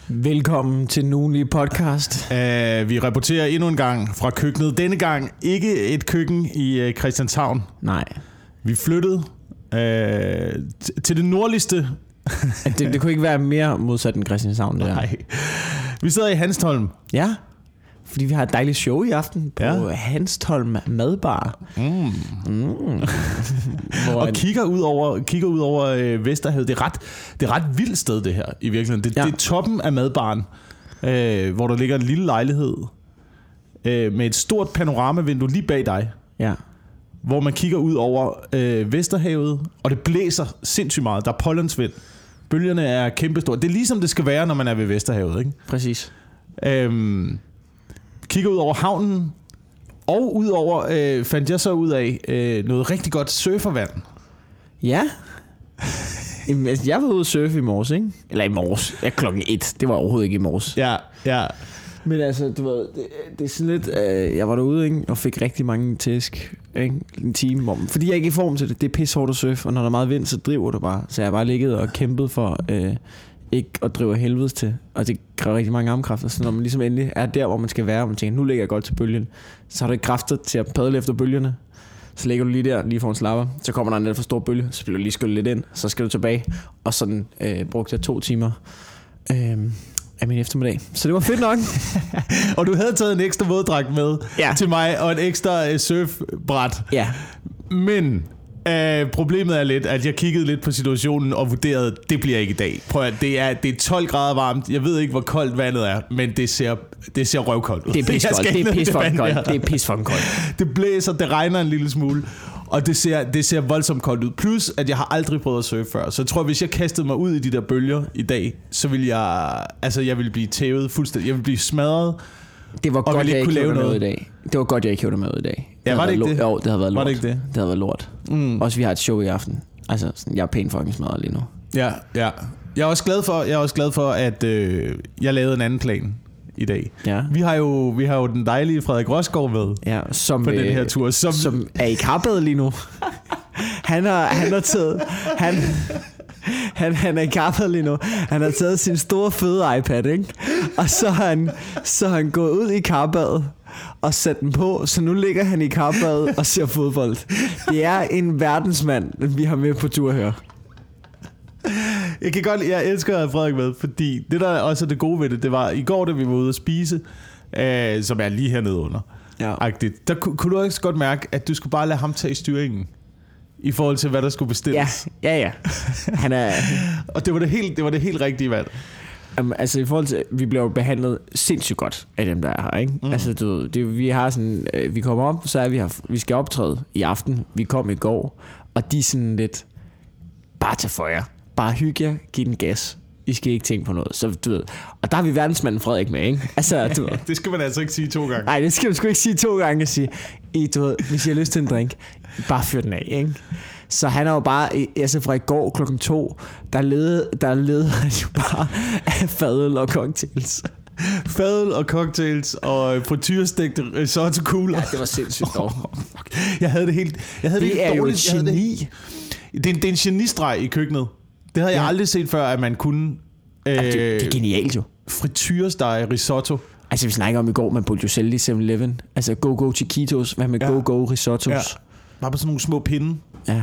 Velkommen til den ugenlige podcast. Vi rapporterer endnu en gang fra køkkenet. Denne gang ikke et køkken i Christianshavn. Nej. Vi flyttede til det nordligste. Det kunne ikke være mere modsat end Christianshavn. Nej. Vi sidder i Hanstholm. Ja, fordi vi har et dejligt show i aften på Hanstholm Madbar. Og kigger ud over Vesterhavet. Det er ret vildt sted det her i virkeligheden. Det er toppen af madbaren, hvor der ligger en lille lejlighed med et stort panoramavindue lige bag dig. Ja. Hvor man kigger ud over Vesterhavet, og det blæser sindssygt meget. Der er pålandsvind. Bølgerne er kæmpestore. Det er ligesom det skal være, når man er ved Vesterhavet, ikke? Præcis. Kigger ud over havnen, og ud over fandt jeg så ud af noget rigtig godt surfervand. Ja. Jeg var ude at surfe i morges, ikke? Eller i morges. Ja, 1:00. Det var overhovedet ikke i morges. Ja. Men altså, du ved, det er sådan lidt... jeg var derude, ikke? Og fik rigtig mange tæsk, ikke? En time. Fordi jeg ikke er i form til det. Det er pissehårdt at surfe, og når der er meget vind, så driver det bare. Så jeg har bare ligget og kæmpet for ikke at drive helvedes til. Og det kræver rigtig mange armkræfter. Så når man ligesom endelig er der, hvor man skal være, og man tænker, nu ligger jeg godt til bølgen, så har du ikke kræfter til at padle efter bølgerne. Så ligger du lige der, lige foran slapper. Så kommer der en lidt for stor bølge, så bliver du lige skyllet lidt ind. Så skal du tilbage. Og sådan brugte jeg 2 timer af min eftermiddag. Så det var fedt nok. Og du havde taget en ekstra våddragt med til mig, og en ekstra surfbræt. Ja. Men problemet er lidt, at jeg kiggede lidt på situationen og vurderede, det bliver ikke i dag. Prøv at, det er 12 grader varmt. Jeg ved ikke, hvor koldt vandet er, men det ser røvkoldt ud. Det er pissekoldt. Det er pissefucking koldt. Det blæser, det regner en lille smule, og det ser voldsomt koldt ud. Plus, at jeg har aldrig prøvet at surfe før. Så jeg tror, hvis jeg kastede mig ud i de der bølger i dag, så ville jeg ville blive tævet fuldstændig. Jeg ville blive smadret. Det var godt, jeg ikke hævde noget i dag. Det var godt, jeg ikke hævde med i dag. Ja, var det ikke det? Jo, det havde været lort. Var det ikke det? Det havde været lort. Også vi har et show i aften. Altså, sådan, jeg er pænt fucking smadret lige nu. Ja. Jeg er også glad for, at jeg lavede en anden plan i dag. Ja. Vi har jo den dejlige Frederik Rosgaard med på den her tur. Som er i Karpad lige nu. Han har taget... Han er i Karpad lige nu. Han har taget sin store fede iPad, ikke? Og så har han gået ud i Karpadet og sat den på, så nu ligger han i Karpadet og ser fodbold. Det er en verdensmand, vi har med på tur her. Jeg elsker at have Frederik med, fordi det der også er det gode ved det var i går, da vi var ude at spise, som er lige hernede under. Ja. Der kunne du også godt mærke, at du skulle bare lade ham tage styringen i forhold til hvad der skulle bestilles. Ja. Han er og det var det helt rigtige valg. Altså i forhold til vi bliver jo behandlet sindssygt godt af dem der er her, ikke? Altså vi har sådan vi kommer op, så er vi skal optræde i aften. Vi kom i går, og de er sådan lidt bare tage for jer. Bare hygge jer, giv den gas. I skal ikke tænke på noget. Så du ved. Og der har vi verdensmanden Frederik med, ikke? Altså, du ved. Det skal man altså ikke sige 2 gange. Nej, det skal man sgu ikke sige 2 gange. At sige, du ved, hvis I har lyst til en drink, bare fyr den af, ikke? Så han er jo bare, altså fra i går 2:00, der leder han jo bare af fadøl og cocktails. Fadøl og cocktails og frityrestegte risotto-kugler. Ja, det var sindssygt dårligt. Jeg havde det helt det er jo et geni. Det er en genistreg i køkkenet. Det havde jeg aldrig set før, at man kunne... det er genialt jo. Frityresteg risotto. Altså vi snakker om i går, man burde jo sælge i 7-Eleven. Altså go Chiquitos, hvad med go risottos. Ja. Bare på sådan nogle små pinde. Ja.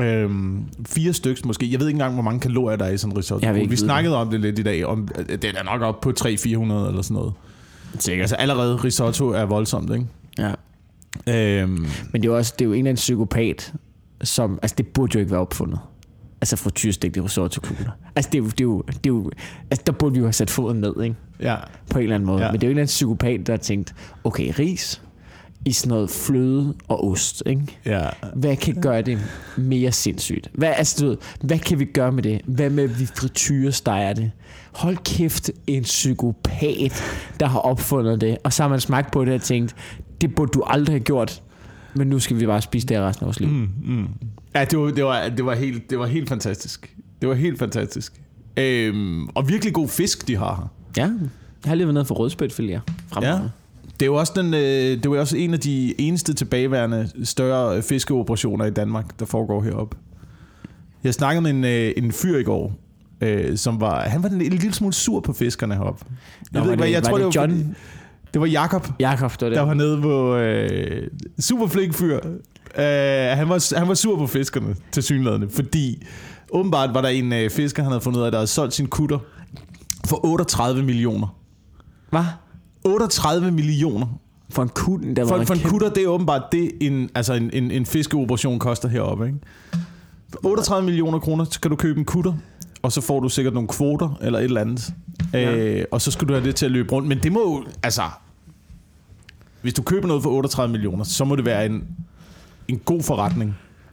4 stykker måske. Jeg ved ikke engang, hvor mange kalorier der er i sådan en risotto. Vi snakkede om det lidt i dag. Det er nok op på 300-400 eller sådan noget. Sikkert. Altså allerede risotto er voldsomt, ikke? Ja. Men det er jo en eller anden psykopat, som... Altså det burde jo ikke være opfundet. Altså frityrestegte risotto-kugler. Altså det er jo altså der burde vi jo have sat foden ned, ikke? Ja. På en eller anden måde. Ja. Men det er jo en eller anden psykopat, der har tænkt, okay, ris i sådan noget fløde og ost, ikke? Ja. Hvad kan gøre det mere sindssygt? Hvad kan vi gøre med det? Hvad med, vi frityresteger det? Hold kæft, en psykopat, der har opfundet det. Og så har man smagt på det og tænkt, det burde du aldrig have gjort. Men nu skal vi bare spise det resten af vores liv. Ja, det var helt fantastisk. Det var helt fantastisk. Og virkelig god fisk, de har her. Ja, jeg har lige været nede for rødspætfiléer. Ja. Det er jo også en af de eneste tilbageværende større fiskeoperationer i Danmark, der foregår heroppe. Jeg snakkede med en fyr i går, som han var en lille smule sur på fiskerne heroppe. Jeg tror, det var John. Det var Jakob, der var nede på super flink fyr. Han var sur på fiskerne tilsyneladende, fordi åbenbart var der en fisker, han havde fundet ud af, der havde solgt sin kutter for 38 millioner. Hvad? 38 millioner. For en kutter? For en kutter, det er åbenbart det, en fiskeoperation koster heroppe, ikke? 38 millioner kroner skal du købe en kutter, og så får du sikkert nogle kvoter eller et eller andet. Ja. Og så skal du have det til at løbe rundt. Men det må jo, hvis du køber noget for 38 millioner, så må det være en god forretning.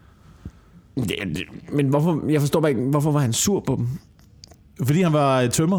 Men hvorfor, jeg forstår bare ikke, hvorfor var han sur på dem? Fordi han var tømrer.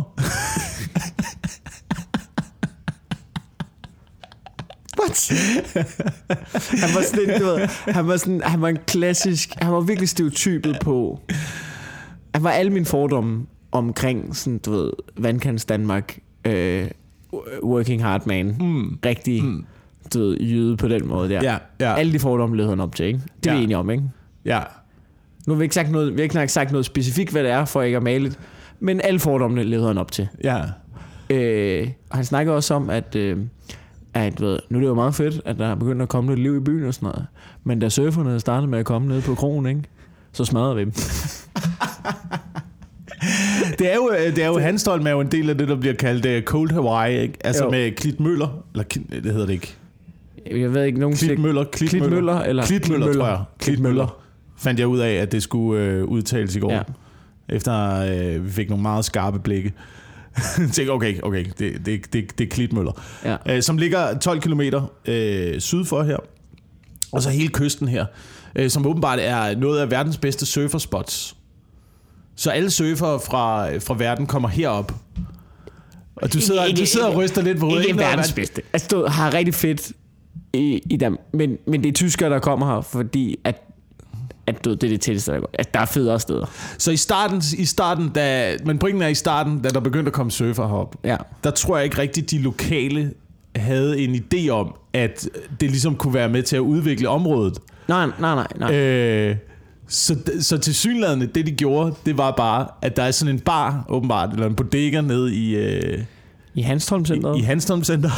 What? Han var sådan, du ved, han var en klassisk, han var virkelig stereotypet på. Han var alle mine fordomme omkring sådan, du ved, vandkants Danmark, working hard man, rigtig, du ved, jyde på den måde der. Ja. Alle de fordomme leder han op til, ikke? Det er vi enige om, ikke? Ja. Nu har vi ikke sagt noget specifikt, hvad det er, for ikke at male det, men alle fordommene leder han op til. Ja. Og han snakker også om, at ved, nu er det jo meget fedt, at der er begyndt at komme lidt liv i byen og sådan noget. Men da surferne startede med at komme ned på krogen, ikke, så smadrede vi dem. Det er jo Hanstholm er jo en del af det, der bliver kaldt Cold Hawaii, ikke? Altså jo. Med Klitmøller, eller det hedder det ikke. Jeg ved ikke, nogen Klitmøller, tror jeg. Klitmøller. Fandt jeg ud af, at det skulle udtales i går. Ja. Efter vi fik nogle meget skarpe blikke. Tænkte, okay, det er Klitmøller. Ja. Som ligger 12 kilometer syd for her. Og så hele kysten her. Som åbenbart er noget af verdens bedste surferspots. Så alle surfere fra verden kommer herop. Og du sidder og ryster lidt på hovedet. Ikke verdens bedste. Altså, du har rigtig fedt i dem. Men det er tyskere, der kommer her, fordi at det er det tætteste, der går. Altså, der er federe steder. Så i starten men pointen er i starten, da der begyndte at komme surfer herop, der tror jeg ikke rigtigt, de lokale havde en idé om, at det ligesom kunne være med til at udvikle området. Nej. Så tilsyneladende, det de gjorde, det var bare, at der er sådan en bar, åbenbart, eller en bodega nede i Hanstholm-centret. I Hanstholm-centret.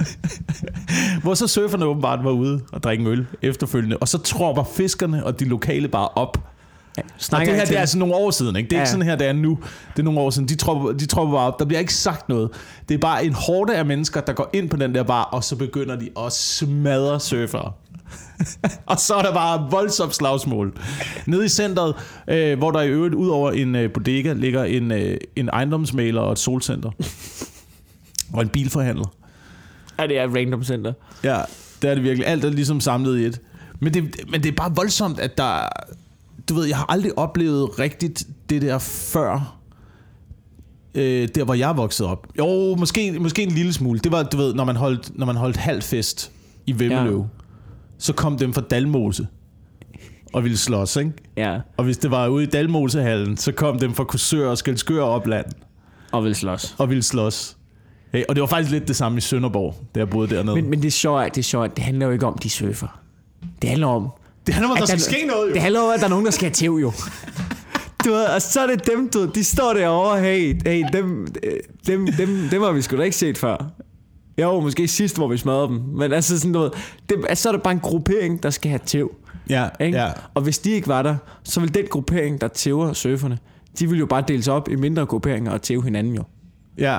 Hvor så surferne åbenbart var ude og drikke øl efterfølgende. Og så tropper fiskerne og de lokale bare op. Ja, og det her, det er altså nogle år siden, ikke? Det er ikke sådan her, det er nu. Det er nogle år siden. De tropper bare op. Der bliver ikke sagt noget. Det er bare en horde af mennesker, der går ind på den der bar, og så begynder de at smadre surfere. Og så er der bare voldsomt slagsmål. Nede i centret, hvor der i øvrigt ud over en bodega ligger en ejendomsmægler og et solcenter. Og en bilforhandler. Ja, det er et random center. Ja, det er det virkelig. Alt er ligesom samlet i et. Men det er bare voldsomt, at der... Du ved, jeg har aldrig oplevet rigtigt det der før. Der, hvor jeg voksede op. Jo, måske en lille smule. Det var, du ved, når man holdt halvfest i Vemmeløv, så kom dem fra Dalmose og ville slås, ikke? Ja. Og hvis det var ude i Dalmosehallen, så kom dem fra Korsør og Skælskør Opland. Og ville slås. Hey, og det var faktisk lidt det samme i Sønderborg, da jeg boede dernede. Men det er sjovt. Det handler jo ikke om, de surfer. Det handler om, at der skal ske noget, jo. Det handler om, at der er nogen, der skal have tæv, jo. Du ved, og så er det dem, de står derovre, hey, dem har vi sgu da ikke set før. Jo, måske sidst, hvor vi smadrede dem. Men altså sådan noget, så er det bare en gruppering, der skal have tæv. Ja, ikke? Ja. Og hvis de ikke var der, så vil den gruppering, der tæver surferne, de vil jo bare deles op i mindre grupperinger og tæve hinanden, jo. Ja,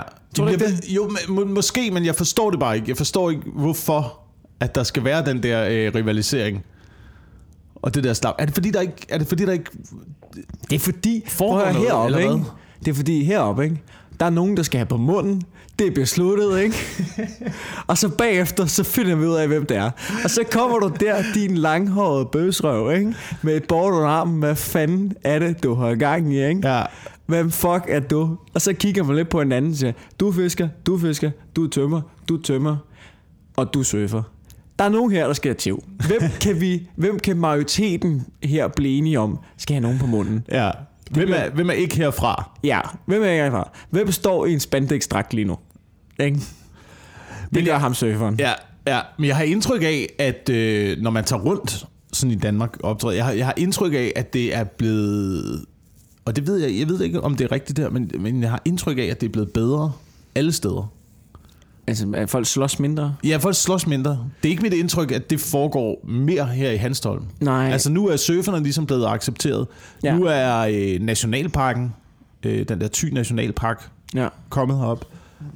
måske, men jeg forstår det bare ikke. Jeg forstår ikke, hvorfor at der skal være den der rivalisering. Og det der slag. Er det fordi der ikke det er fordi heroppe, ikke? Det er fordi heroppe, ikke? Der er nogen, der skal have på munden. Det er besluttet, ikke? Og så bagefter, så finder vi ud af, hvem det er. Og så kommer du der, din langhårede bøsrøv, ikke? Med et bord under armen. Hvad fanden er det, du har gang i, ikke? Ja. Hvem fuck er du? Og så kigger man lidt på hinanden og siger, du fisker, du tømmer, og du surfer. Der er nogen her, der skal have tæv. Hvem kan majoriteten her blive enige om, skal have nogen på munden? Ja. Hvem er ikke herfra? Ja, hvem er ikke herfra? Hvem står i en spandex-dragt lige nu? Ikke? Det gør ham surferen. Ja, men jeg har indtryk af, at når man tager rundt sådan i Danmark optræder, jeg har indtryk af, at det er blevet Og det ved jeg ved ikke, om det er rigtigt der, men jeg har indtryk af, at det er blevet bedre alle steder. Altså, at folk slås mindre? Ja, folk slås mindre. Det er ikke mit indtryk, at det foregår mere her i Hanstholm. Nej. Altså, nu er surferne ligesom blevet accepteret. Ja. Nu er nationalparken, den der Thy Nationalpark, kommet herop.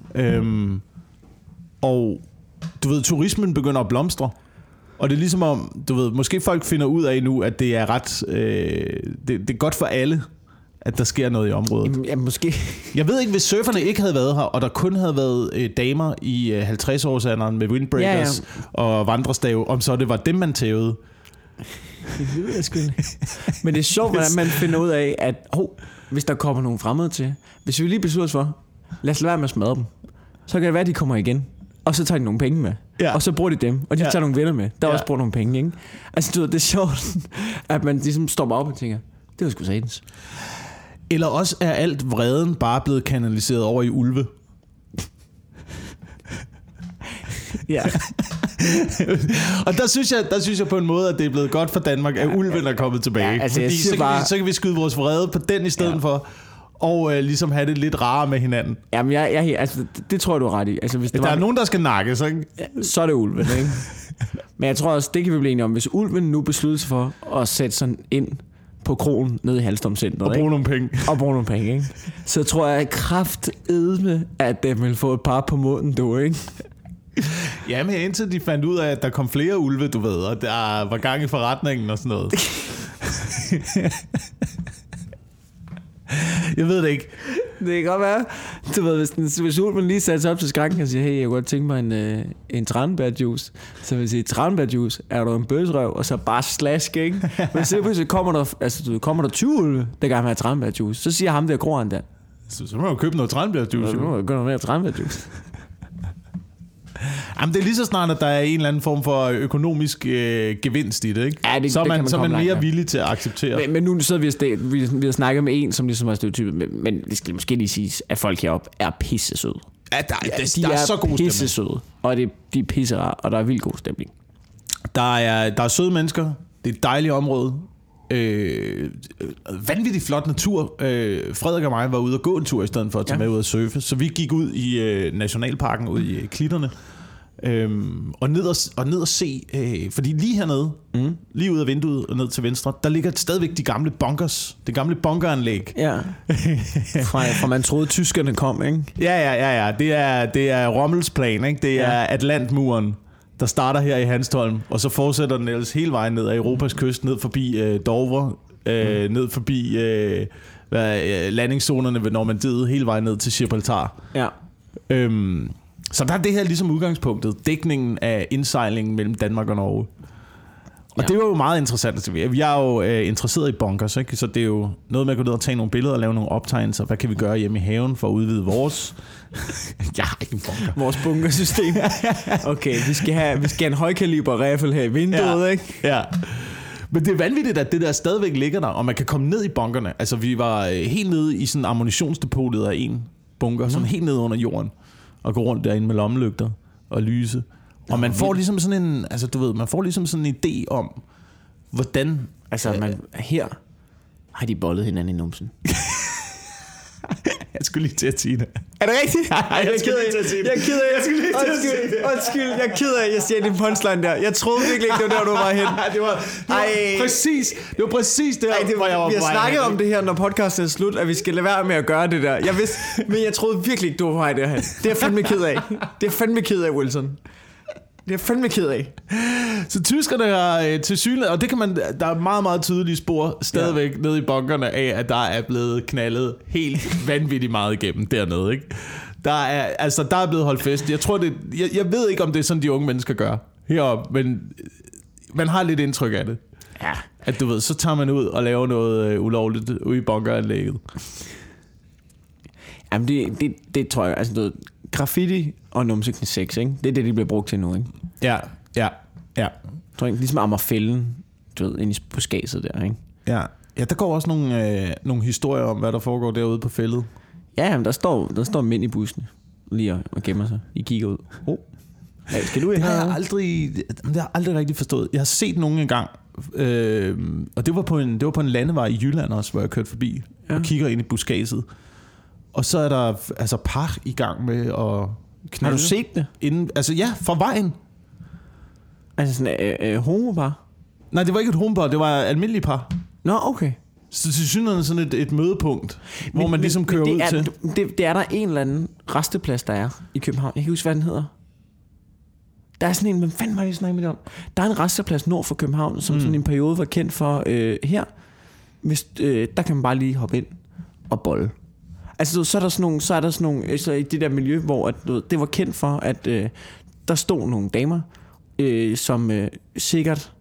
Og du ved, turismen begynder at blomstre. Og det er ligesom om, du ved, måske folk finder ud af nu, at det er ret, det er godt for alle, at der sker noget i området. Ja, måske. Jeg ved ikke, hvis surferne ikke havde været her, og der kun havde været damer i 50-årsalderen med windbreakers og vandrestav, om så det var dem, man tævede. Det ved jeg sgu ikke. Men det er sjovt, hvordan man finder ud af, at hvis der kommer nogle fremmede til, hvis vi lige beslutter os for, lad os lade være med at smadre dem, så kan det være, at de kommer igen. Og så tager de nogle penge med. Ja. Og så bruger de dem. Og de tager nogle venner med. Der også bruger nogle penge, ikke? Altså, du ved, det er sjovt, at man ligesom stopper op og tænker, det var sgu satans. Eller også er alt vreden bare blevet kanaliseret over i ulve. Ja. Og der synes jeg på en måde, at det er blevet godt for Danmark, at ulven er kommet tilbage. Ja, altså, fordi så kan vi skyde vores vrede på den i stedet for. Og ligesom have det lidt rarere med hinanden. Jamen, altså, det tror jeg, du er ret i. Altså, hvis der er nogen, der skal nakke, så er det ulven, ikke? Men jeg tror også, det kan vi blive enige om. Hvis ulven nu beslutter sig for at sætte sådan ind på krogen nede i Hanstholm Centret, og bruge nogle penge. Og bruge nogle penge, ikke? Så tror jeg kraftedme, at dem vil få et par på måden, du, ikke? Ja, men indtil de fandt ud af, at der kom flere ulve, du ved, og der var gang i forretningen og sådan noget. Jeg ved det ikke. Det kan godt være. Du ved, hvis ulven lige satte sig op til skranken og siger, hey, jeg kunne godt tænke mig en tranbærjuice. Så vil jeg sige, tranbærjuice, er der en bøsrøv? Og så bare slask, ikke? Men så pludselig kommer der 20 ulve, der gerne vil have tranbærjuice. Så siger ham der kroeren der. Så må du købe noget tranbærjuice. Så må du købe noget mere tranbærjuice. Jamen, det er lige så snart, at der er en eller anden form for økonomisk gevinst i det, ikke? Ja, så er man mere villig til at acceptere. Men nu sidder vi har snakket med en, som ligesom er stereotypet, men det skal måske lige siges, at folk heroppe er pissesøde. Ja, der er så god stemning. Pissesøde, og de er pisserare, og der er vildt god stemning. Der er søde mennesker, det er et dejligt område. Vanvittigt flot natur. Frederik og mig var ude at gå en tur i stedet for at tage med ud at surfe. Så vi gik ud i nationalparken, ud i klitterne, og ned og se, fordi lige hernede, lige ud af vinduet og ned til venstre, der ligger stadigvæk de gamle bunkers, det gamle bunkeranlæg. Ja. Fra man troede tyskerne kom, ikke? Ja. Det er Rommels plan, ikke? Det er Atlantmuren, der starter her i Hanstholm, og så fortsætter den ellers hele vejen ned ad Europas kyst, ned forbi Dover, ned forbi landingszonerne ved Normandiet, hele vejen ned til Gibraltar. Ja. Så der er det her ligesom udgangspunktet, dækningen af indsejlingen mellem Danmark og Norge. Og det var jo meget interessant. Vi er jo interesseret i bunkers, ikke? Så det er jo noget med at gå ned og tage nogle billeder og lave nogle optegnelser. Hvad kan vi gøre hjemme i haven for at udvide vores... Ja, ikke en bunker. Vores bunkersystem. Okay, vi skal have en højkaliber riffel her i vinduet, ikke? Ja. Men det er vanvittigt, at det der stadigvæk ligger der, og man kan komme ned i bunkerne. Altså, vi var helt nede i sådan ammunitionsdepotet af en bunker, som helt nede under jorden, og gå rundt derinde med lommelygter og lyse. Og man får ligesom sådan en, altså du ved, man får ligesom sådan en idé om, hvordan... Altså, her har de bollet hinanden i numsen. Jeg skulle lige til at sige det. Er det rigtigt? Nej, jeg skulle lige til at sige det. Undskyld, jeg er ked af, jeg siger din punchline der. Jeg troede virkelig ikke, det var der, du var hen. Det var præcis der, hvor jeg var på vej. Vi har snakket om det her, når podcasten er slut, at vi skal lade være med at gøre det der. Jeg vidste, men jeg troede virkelig ikke, du var på vej derhen. Det er jeg fandme ked af. Det er fandme ked af, Wilson. Det er fandme ked af. Så tyskerne har til synligheden, og det kan man, der er meget, meget tydelige spor stadigvæk nede i bunkerne af, at der er blevet knaldet helt vanvittigt meget igennem dernede, ikke? Der er blevet holdt fest. Jeg tror jeg ved ikke, om det er sådan, de unge mennesker gør heroppe, men man har lidt indtryk af det. Ja. At du ved, så tager man ud og laver noget ulovligt ude i bunkeranlægget. Jamen det tror jeg, altså du ved, graffiti og numsekne sex, ikke? Det er det, de bliver brugt til nu, ikke? Ja. Jeg tror ikke, ligesom Amagerfælden, du ved, inde på skaset der, ikke? Ja, der går også nogle historier om, hvad der foregår derude på fældet. Ja, men der står mænd i bussen lige og gemmer sig. I kigger ud. Skal du det har jeg aldrig rigtig forstået. Jeg har set nogen engang, og det var på en landevej i Jylland også, hvor jeg kørte forbi og kigger ind i buskadset. Og så er der altså par i gang med at knalde. Har du set det? Inden, altså ja, fra vejen. Altså sådan homopar? Nej, det var ikke et homopar, det var et almindeligt par. Nå, okay. Så til synligheden sådan et mødepunkt, hvor man ligesom kører ud til. Det er der en eller anden resteplads, der er i København. Jeg kan huske, hvad den hedder. Der er sådan en, hvem fanden var det, snakke med det om? Der er en resteplads nord for København, som sådan en periode var kendt for her. Hvis, der kan man bare lige hoppe ind og bolle. Altså så er der sådan nogle så i det der miljø, hvor at, det var kendt for, at der stod nogle damer, som sikkert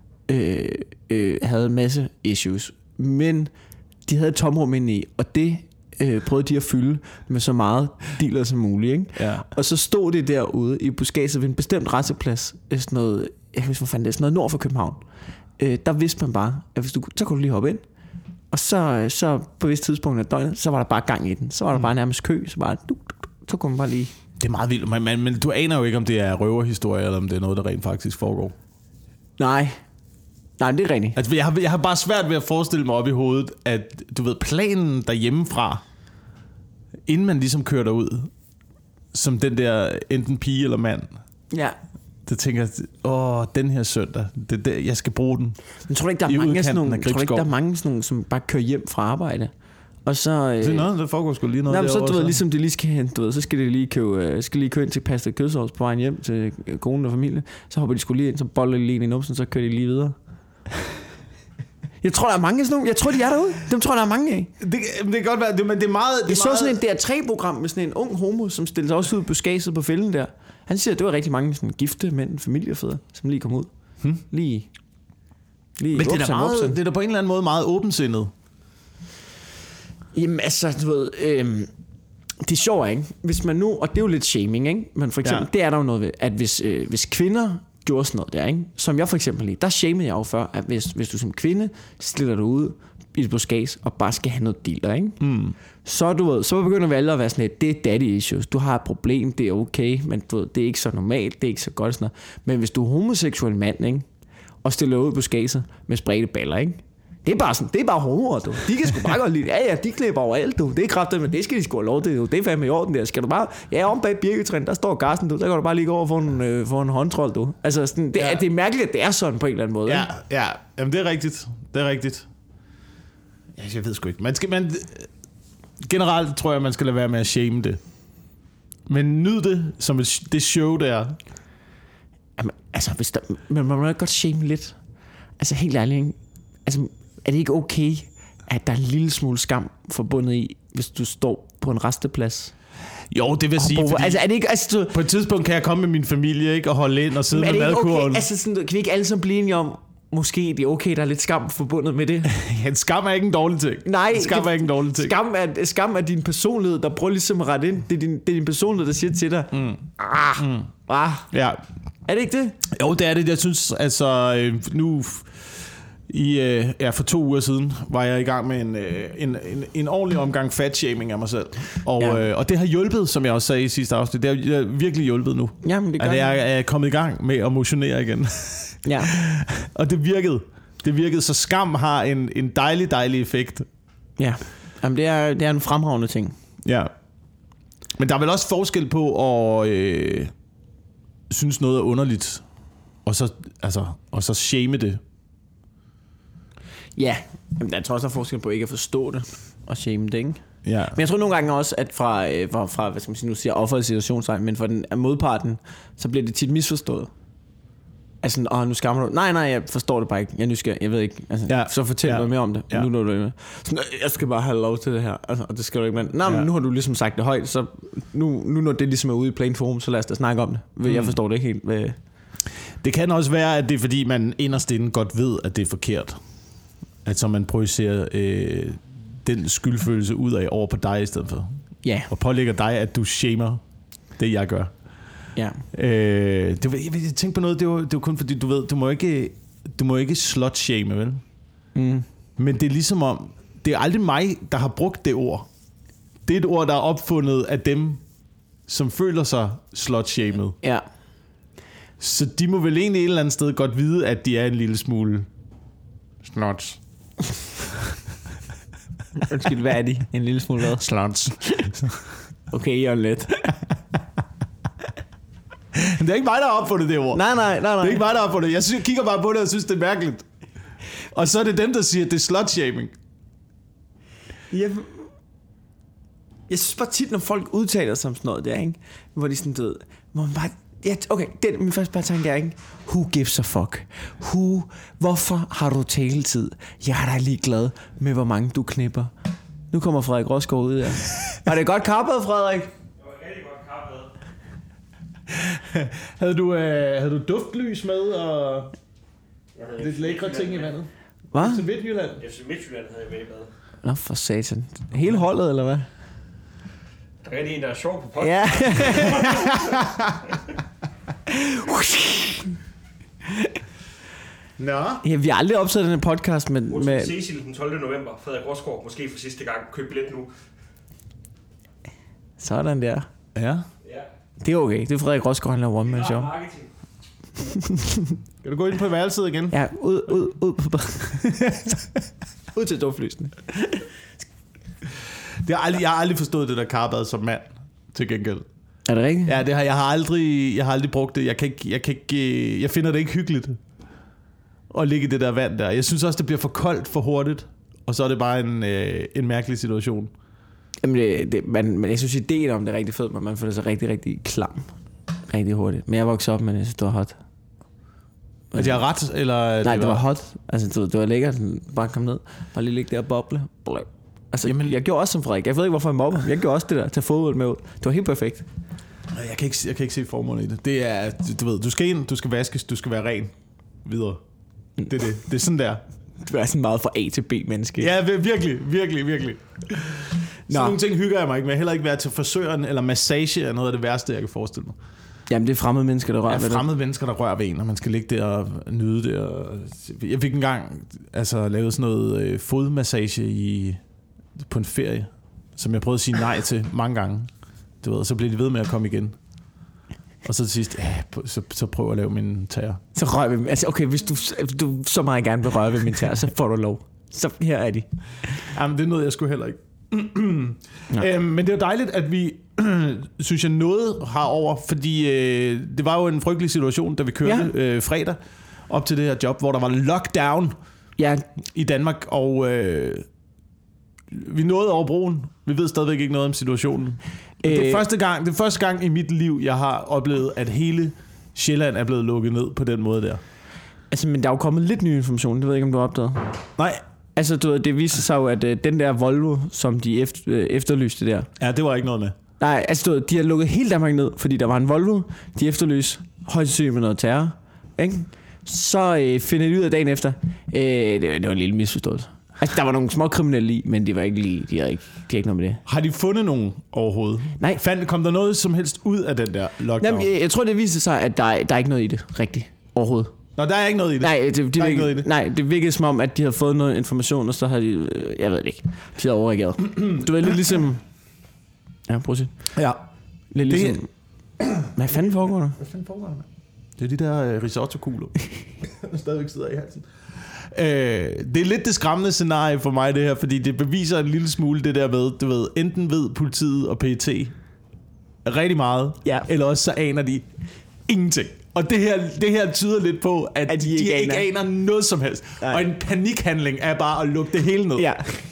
havde en masse issues, men de havde et tomrum inde i, og det prøvede de at fylde med så meget dealer som muligt, ikke? Ja. Og så stod det derude i buskadset ved en bestemt resteplads, sådan noget, jeg kan huske, sådan noget nord for København. Der vidste man bare, at så kunne du lige hoppe ind, og så på et vist tidspunkt af døgnet, så var der bare gang i den. Så var der bare nærmest kø, så kunne man bare lige... Det er meget vildt, men du aner jo ikke, om det er røverhistorie, eller om det er noget, der rent faktisk foregår. Nej, det er rigtigt. Altså, jeg har bare svært ved at forestille mig op i hovedet, at du ved, planen derhjemmefra, inden man ligesom kører derud, som den der enten pige eller mand, ja. der tænker, den her søndag, jeg skal bruge den. Men tror du ikke, der er mange sådan nogle, som bare kører hjem fra arbejde? Og så, det er noget, der foregår sgu lige noget. Så du ved, ligesom de lige skal hente, så skal de lige køre ind til pasta kødsovs på vejen hjem til konen og familie. Så hopper de sgu lige ind, så boller de lige ind i numsen, så kører de lige videre. Jeg tror, der er mange sådan nogle. Jeg tror, de er derude. Dem tror, der er mange af. Det kan godt være, men det er meget... Jeg så sådan en DR3-program med sådan en ung homo, som stillede sig også ud på skadset på fælden der. Han siger, at det var rigtig mange sådan gifte mænd, familiefædre, som lige kom ud. Lige men det er da på en eller anden måde meget åbensindet. Jamen altså, du ved... det er sjovt, ikke? Hvis man nu... Og det er jo lidt shaming, ikke? Men for eksempel, det er der jo noget ved, at hvis kvinder gjorde sådan noget der, ikke? Som jeg for eksempel lige, der shamede jeg jo før, at hvis du som kvinde stiller dig ud i et buskads og bare skal have noget dealer, ikke? Så du ved, så begynder vi alle at være sådan lidt, det er daddy issues, du har et problem, det er okay, men du ved, det er ikke så normalt, det er ikke så godt sådan noget. Men hvis du er homoseksuel mand, ikke? Og stiller ud i buskadset med spredte baller, ikke? Det er bare sådan, det er bare homoer, du. De kan sgu bare godt lide. Ja, de klipper overalt, du. Det er kraftigt, men det skal de sgu have lov til, du. Det er fandme i orden der. Skal du bare... Ja, om bag birketræen, der står Carsten, du. Der kan du bare lige gå over for en håndtrol, du. Altså, sådan, det er mærkeligt, at det er sådan på en eller anden måde. Ja. Jamen, det er rigtigt. Det er rigtigt. Jeg ved sgu ikke. Generelt tror jeg, man skal lade være med at shame det. Men nyd det som det show, der. Jamen, altså, men man må godt shame lidt. Altså, helt ærligt, ikke? Altså, er det ikke okay, at der er en lille smule skam forbundet i, hvis du står på en resteplads? Jo, det vil sige, fordi altså, er det ikke, altså, på et tidspunkt kan jeg komme med min familie, ikke, og holde ind og sidde med madkurven. Okay? Altså, sådan, kan vi ikke alle sammen blive enige om, måske det er okay, der er lidt skam forbundet med det? Ja, en skam er ikke en dårlig ting. Nej, skam er ikke en dårlig ting. Skam er din personlighed, der prøver ligesom at rette ind. Det er din personlighed, der siger til dig, Ja. Er det ikke det? Jo, det er det. Jeg synes, altså, nu... for 2 uger siden var jeg i gang med en ordentlig omgang fatshaming af mig selv. Og det har hjulpet, som jeg også sagde i sidste afsnit. Det har virkelig hjulpet nu. Jamen, det gør at jeg er kommet i gang med at motionere igen. Ja. Og det virkede. Så skam har en dejlig effekt. Ja. Jamen, det er en fremragende ting. Ja. Men der er vel også forskel på at synes noget er underligt, og så shame det. Ja, men der er også forskel på ikke at forstå det og shame det, ikke? Ja. Men jeg tror nogle gange også, at fra hvad skal man sige, nu siger offeret situationstegn, men for den modparten, så bliver det tit misforstået. Altså, nu skammer du. Nej, jeg forstår det bare ikke. Jeg er nysgerrig, jeg ved ikke. Altså, så fortæl mig mere om det. Ja. Nu når du er med. Så, jeg skal bare have lov til det her. Altså, og det skal du ikke, men nu har du ligesom sagt det højt, så nu når det ligesom er ude i Planforum, så lad os da snakke om det. Jeg forstår det ikke helt. Det kan også være, at det er fordi, man inderst inde godt ved, at det er forkert. Altså man projicerer den skyldfølelse ud af over på dig i stedet for. Ja. Og pålægger dig, at du shamer det, jeg gør. Ja. Jeg tænkte på noget, det var kun fordi, du ved, du må ikke slut-shame, vel? Men det er ligesom om, det er aldrig mig, der har brugt det ord. Det er et ord, der er opfundet af dem, som føler sig slut-shamed. Ja. Så de må vel egentlig et eller andet sted godt vide, at de er en lille smule snots. Undskyld, hvad er de? En lille smule hvad? Slots. Okay, jeg er let. Det er ikke mig, der har opfundet det ord. Nej. Det er ikke mig, der har opfundet det. Jeg kigger bare på det og synes, det er mærkeligt. Og så er det dem, der siger, at det er slut-shaming. Jeg synes bare tit, når folk udtaler sig om sådan noget der, ikke? Hvor de sådan død. Hvor man bare... Ja, okay, min første bare tanke er, ikke? Who gives a fuck? Hvorfor har du taletid? Jeg er da lige glad med, hvor mange du knipper. Nu kommer Frederik Rosgaard ud, ja. Var det godt kappet, Frederik? Det var rigtig godt kappet. Havde du duftlys med og lidt lækre ting i vandet? Hvad? Til Midtjylland? FC Midtjylland havde jeg med i bad. Nå, for satan. Hele holdet, eller hvad? Der er rigtig en, der er sjov på podcast. Ja. Nå. Ja, vi har aldrig optaget den her podcast med... Cecil den 12. november. Frederik Rosgaard, måske for sidste gang. Køb billet nu. Sådan der. Ja. Ja. Det er okay. Det er Frederik Rosgaard, han laver one-man show. Marketing. Kan du gå ind på værelset igen? Ja, ud til duftlysene. Jeg har aldrig forstået det der karbad som mand, til gengæld. Er det rigtigt? Ja, det har jeg har aldrig brugt det. Jeg finder det ikke hyggeligt at ligge i det der vand der. Jeg synes også, det bliver for koldt for hurtigt, og så er det bare en mærkelig situation. Jamen, jeg synes, ideen om det er rigtig fed, men man føler sig rigtig, rigtig klam. Rigtig hurtigt. Men jeg voksede op, men jeg synes, det var hot. Altså, jeg er ret, eller... Nej, det var hot. Altså, det var lækkert. Bare komme ned. Bare lige ligge der og boble. Altså, jamen, jeg gjorde også som Frederik. Jeg ved ikke, hvorfor jeg mobber. Jeg gjorde også det der. Tage fodbold med ud. Det var helt perfekt. Jeg kan ikke se formålet i det. Det er, du ved, du skal ind, du skal vaskes, du skal være ren. Videre. Det er sådan der. Du er sådan meget fra A til B menneske. Ja, virkelig. Sådan nogle ting hygger jeg mig ikke med. Heller ikke være til frisøren eller massage er noget af det værste, jeg kan forestille mig. Jamen, det er fremmede mennesker, der rører ved det. Ja, fremmede mennesker, der rører ved en, og man skal ligge der og nyde det. Og jeg fik engang lavet sådan noget fodmassage på en ferie, som jeg prøvede at sige nej til mange gange. Du ved, så blev de ved med at komme igen. Og så til sidst, så prøv at lave min tæer. Så rør ved dem. Altså, okay, hvis du så meget gerne vil røre ved min tæer, så får du lov. Så her er de. Jamen, det er noget, jeg skulle heller ikke. Men det er jo dejligt, at vi, synes jeg, noget har over, fordi det var jo en frygtelig situation, da vi kørte fredag op til det her job, hvor der var lockdown i Danmark, og vi nåede over broen. Vi ved stadigvæk ikke noget om situationen. Det er første gang i mit liv, jeg har oplevet, at hele Sjælland er blevet lukket ned på den måde der. Altså, men der er jo kommet lidt ny information, det ved jeg ikke, om du har opdaget. Nej. Altså, det viser sig jo, at den der Volvo, som de efterlyste der... Ja, det var ikke noget med. Nej, altså, de har lukket hele Danmark ned, fordi der var en Volvo, de efterlyste højst sandsynligt med noget terror. Ikke? Så finder de ud af dagen efter. Det var en lille misforståelse. Altså, der var nogle små kriminelle i, men det var ikke lige, de har ikke noget med det. Har de fundet nogen overhovedet? Nej. Kom der noget som helst ud af den der lockdown? Jamen, jeg tror, det viser sig, at der er ikke noget i det, rigtigt, overhovedet. Nå, der er ikke noget i det? Nej, det virkede som om, at de havde fået noget information, og så har de, jeg ved det ikke, de havde overreageret. Du ved, lidt ligesom... Ja, prøv at sige. Ja. Lidt ligesom... Hvad fanden foregår der? Det er de der risotto-kugler, der stadigvæk sidder i halsen. Det er lidt det skræmmende scenarie for mig, det her, fordi det beviser en lille smule det der med, du ved, enten ved politiet og PET rigtig meget, eller også så aner de ingenting. Og det her tyder lidt på, at de ikke aner noget som helst. Nej. Og en panikhandling er bare at lukke det hele ned. Ja.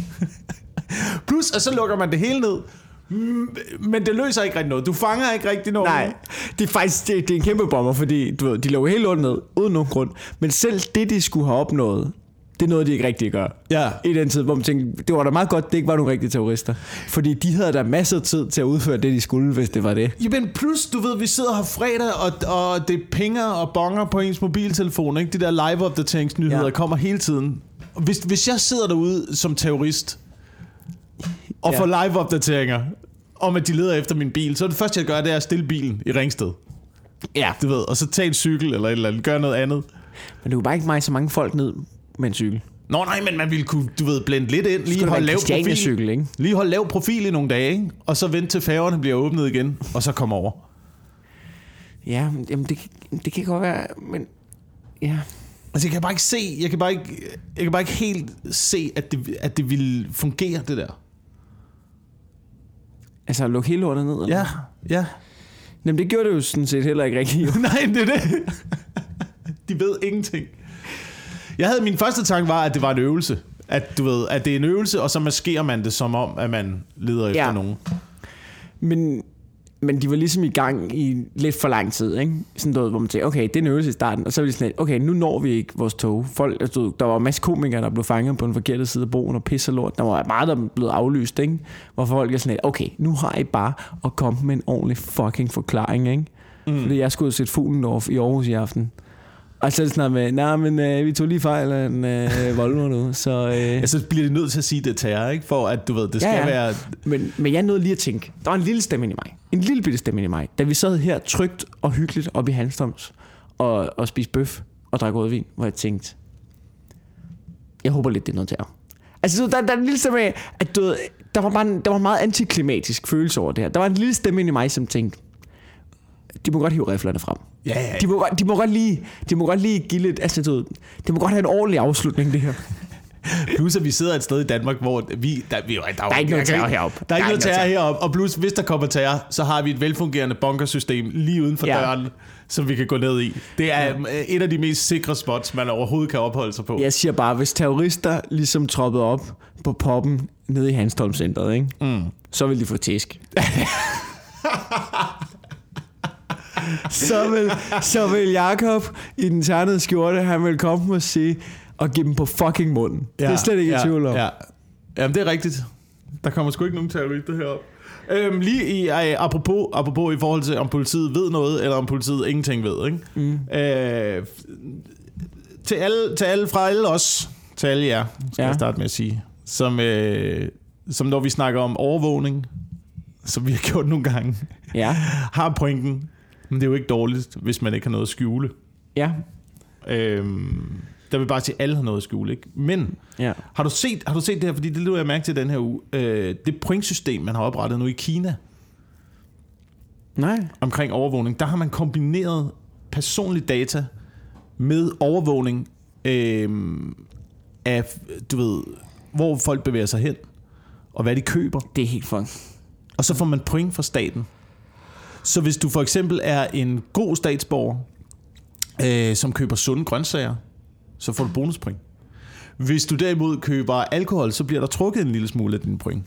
Plus, og så lukker man det hele ned, men det løser ikke rigtig noget. Du fanger ikke rigtig noget. Nej, det er faktisk det er en kæmpe bomber, fordi du ved, de lukker helt lortet ned, uden nogen grund. Men selv det, de skulle have opnået, det er noget, de ikke rigtig gør. Ja. I den tid, hvor man tænkte, det var da meget godt, det ikke var nogle rigtige terrorister. Fordi de havde da masser af tid til at udføre det, de skulle, hvis det var det. Jamen plus, du ved, vi sidder her fredag, og det pinger og bonger på ens mobiltelefon, ikke? De der live-opdateringsnyheder kommer hele tiden. Hvis jeg sidder derude som terrorist, og får live-opdateringer om, at de leder efter min bil, så det første, jeg gør, det er at stille bilen i Ringsted. Ja. Du ved, og så tage en cykel eller et eller andet, gøre noget andet. Men det kunne bare ikke mig så mange folk ned med en cykel. Nå nej, men man ville kunne, du ved, blende lidt ind, lige holde lav profil. Cykel, ikke? Lige holde lav profil i nogle dage, ikke? Og så vente til færgerne bliver åbnet igen, og så komme over. Ja, jamen det kan godt være, men ja. Altså jeg kan bare ikke helt se, at det ville fungere, det der. Altså at lukke hele lortet ned? Eller? Ja. Jamen det gjorde det jo sådan set heller ikke rigtigt. Nej, det er det. De ved ingenting. Min første tanke var, at det var en øvelse. At du ved, at det er en øvelse, og så maskerer man det som om, at man leder efter nogen. Men de var ligesom i gang i lidt for lang tid, ikke? Sådan noget, hvor man tænkte, okay, det er en øvelse i starten, og så var de sådan, okay, nu når vi ikke vores tog. Folk, altså, der var en masse komikere, der blev fanget på den forkerte side af broen og pisse lort. Der var meget, der blev aflyst, ikke? Hvor folk er sådan, okay, nu har I bare at komme med en ordentlig fucking forklaring, ikke? Fordi jeg skulle se Fuglendorf i Aarhus i aften. Og så er det sådan noget med, vi tog lige fejl af en Volvo nu, så... så bliver de nødt til at sige det terror, ikke? For at, du ved, det skal være... Men jeg nåede lige at tænke, der var en lille stemme i mig. En lille bitte stemme i mig. Da vi sad her trygt og hyggeligt op i Hanstoms og spiste bøf og drak rødvin, hvor jeg tænkte, jeg håber lidt, det er noget terror. Altså, der er en lille stemme af, at der var en meget antiklimatisk følelse over det her. Der var en lille stemme i mig, som tænkte, de må godt hive riflerne frem. Ja. De må godt lige give lidt, altså det må godt have en ordentlig afslutning, det her. Plus at vi sidder et sted i Danmark, hvor der er ikke noget terror heroppe. Der er ikke noget terror heroppe, og plus hvis der kommer terror, så har vi et velfungerende bunkersystem lige uden for døren, som vi kan gå ned i. Det er et af de mest sikre spots, man overhovedet kan opholde sig på. Jeg siger bare, hvis terrorister ligesom troppede op på poppen nede i Hanstholm Centeret, ikke? Så vil de få tæsk. Så vil Jakob i den ternede skjorte, han vil komme og sige og give dem på fucking munden. Det er slet ikke i tvivl om. Ja. Jamen, det er rigtigt. Der kommer sgu ikke nogen terrorister herop. Lige i apropos i forhold til, om politiet ved noget, eller om politiet ingenting ved, ikke? Til alle, fra alle os, til alle jer, skal jeg starte med at sige, som når vi snakker om overvågning, som vi har gjort nogle gange, har pointen. Men det er jo ikke dårligt, hvis man ikke har noget at skjule. Ja. Der vil bare sige, at alle har noget at skjule, ikke? Men har du set det her, fordi det løber jeg mærke til den her uge, det pointsystem, man har oprettet nu i Kina, omkring overvågning, der har man kombineret personlig data med overvågning af, du ved, hvor folk bevæger sig hen, og hvad de køber. Det er helt fuck. Og så får man point fra staten. Så hvis du for eksempel er en god statsborger, som køber sunde grøntsager, så får du bonuspoint. Hvis du derimod køber alkohol, så bliver der trukket en lille smule af dine point.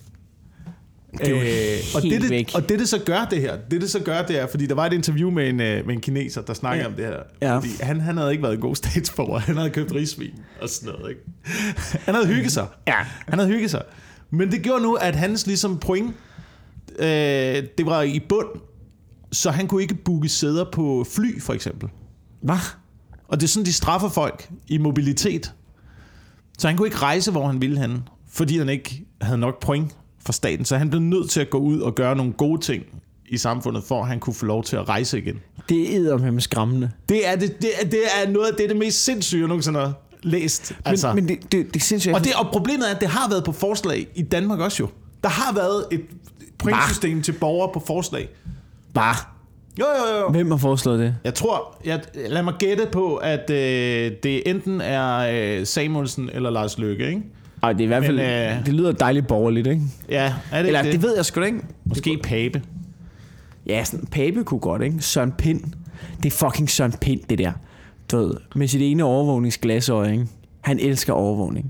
Og det så gør det her, fordi der var et interview med en kineser, der snakkede om det her. Ja. Fordi han havde ikke været en god statsborger. Han havde købt risvin og sådan noget, ikke? Han havde hygget sig. Ja. Han havde hygget sig. Men det gjorde nu, at hans ligesom point, det var i bund, så han kunne ikke booke sæder på fly, for eksempel. Hvad? Og det er sådan, de straffer folk i mobilitet. Så han kunne ikke rejse, hvor han ville hen, fordi han ikke havde nok point fra staten. Så han blev nødt til at gå ud og gøre nogle gode ting i samfundet, for at han kunne få lov til at rejse igen. Det er eddermame skræmmende. Det er noget af det mest sindssyge, jeg nogensinde har læst. Altså. Men det er sindssygt. Og problemet er, at det har været på forslag i Danmark også jo. Der har været et pointsystem til borgere på forslag. Bare. Jo. Hvem har foreslået det? Jeg tror, lad mig gætte på, at det enten er Samuelsen eller Lars Løkke, ikke? Ej, det er i hvert fald, det lyder dejligt borgerligt, ikke? Ja, er det eller ikke det ved jeg sgu da ikke. Måske Pape. Ja, sådan Pape kunne godt, ikke? Søren Pind. Det er fucking Søren Pind, det der. Du ved, med sit ene overvågningsglasøje, ikke? Han elsker overvågning.